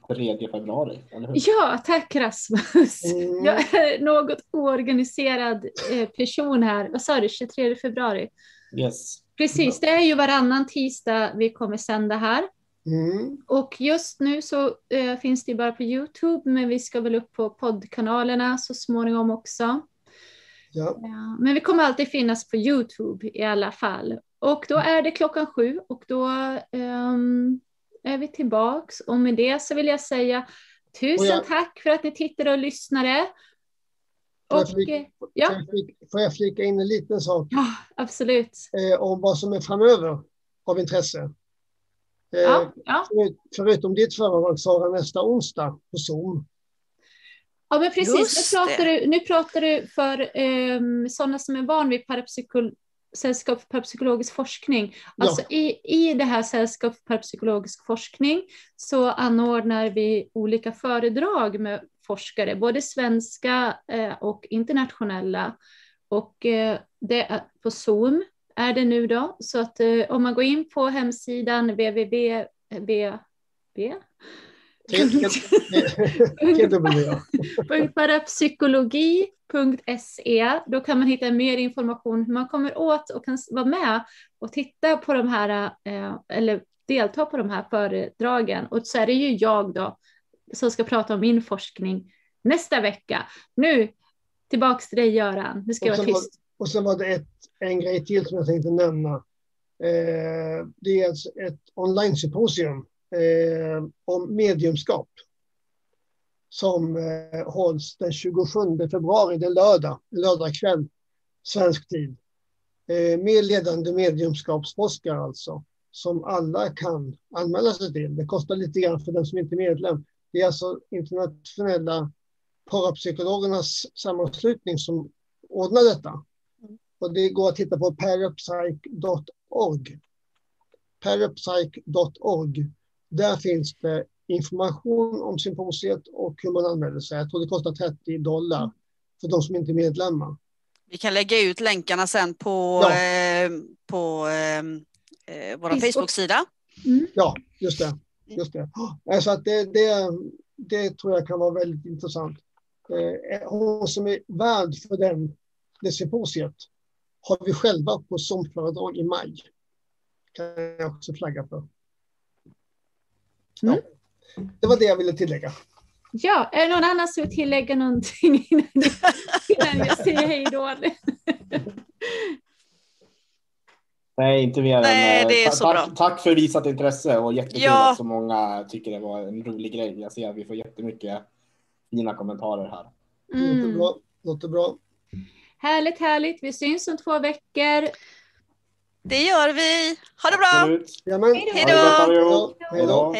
tredje februari, eller hur? Ja, tack Rasmus. Mm. Jag är något oorganiserad eh, person här. Vad sa du, tjugotredje februari? Yes. Precis, det är ju varannan tisdag vi kommer sända här. Mm. Och just nu så eh, finns det bara på YouTube, men vi ska väl upp på poddkanalerna så småningom också. Ja. Ja, men vi kommer alltid finnas på YouTube i alla fall. Och då är det klockan sju och då um, är vi tillbaks. Och med det så vill jag säga tusen jag, tack för att ni tittade och lyssnade. Får jag, Och, flika, ja. får, jag flika, får jag flika in en liten sak? Ja, absolut. Eh, om vad som är framöver av intresse. Eh, Ja, ja. För, förutom ditt föredrag, Sara, nästa onsdag på Zoom. Ja, men precis. Nu pratar, det. du, nu pratar du för um, sådana som är van vid parapsykol- sällskap för parapsykologisk forskning. Alltså Ja. i, i det här sällskap för parapsykologisk forskning så anordnar vi olika föredrag med forskare, både svenska eh, och internationella. Och eh, det är på Zoom är det nu då. Så att eh, om man går in på hemsidan www parapsykologi punkt se, då kan man hitta mer information hur man kommer åt och kan vara med och titta på de här eh, eller delta på de här föredragen. Och så är det ju jag då som ska prata om min forskning nästa vecka. Nu tillbaks till dig, Göran. Nu ska jag vara tyst. Var, och sen var det ett, en grej till som jag tänkte nämna. Eh, det är alltså ett online-symposium eh, om mediumskap som eh, hålls den tjugosjunde februari, den lördag, lördag kväll, svensk tid. Eh, med ledande mediumskapsforskare alltså, som alla kan anmäla sig till. Det kostar lite grann för den som inte är medlem. Det är alltså internationella parapsykologernas sammanslutning som ordnar detta. Mm. Och det går att titta på parapsych punkt org. parapsych punkt org. Där finns det information om symposiet och hur man anmäler sig. Jag tror det kostar trettio dollar för de som inte är medlemmar. Vi kan lägga ut länkarna sen på, ja. eh, på eh, vår Facebook-sida. Mm. Ja, just det. Just det. Alltså att det, det, det tror jag kan vara väldigt intressant. Eh, hon som är värd för den, det symposiet har vi själva på Zoom-föredrag i maj. Kan jag också flagga för. Ja. Mm. Det var det jag ville tillägga. Ja, är det någon annan som vill tillägga någonting innan, innan jag säger hej då? Nej, inte mer Nej, än, det är ta- så tack, bra. tack för visat intresse och jättekul Ja. att så många tycker det var en rolig grej. Jag ser att vi får jättemycket fina kommentarer här. Mm. Låter bra. Låter bra. Härligt, härligt. Vi syns om två veckor. Det gör vi. Ha det bra. Jamen. Hej då. Hej då.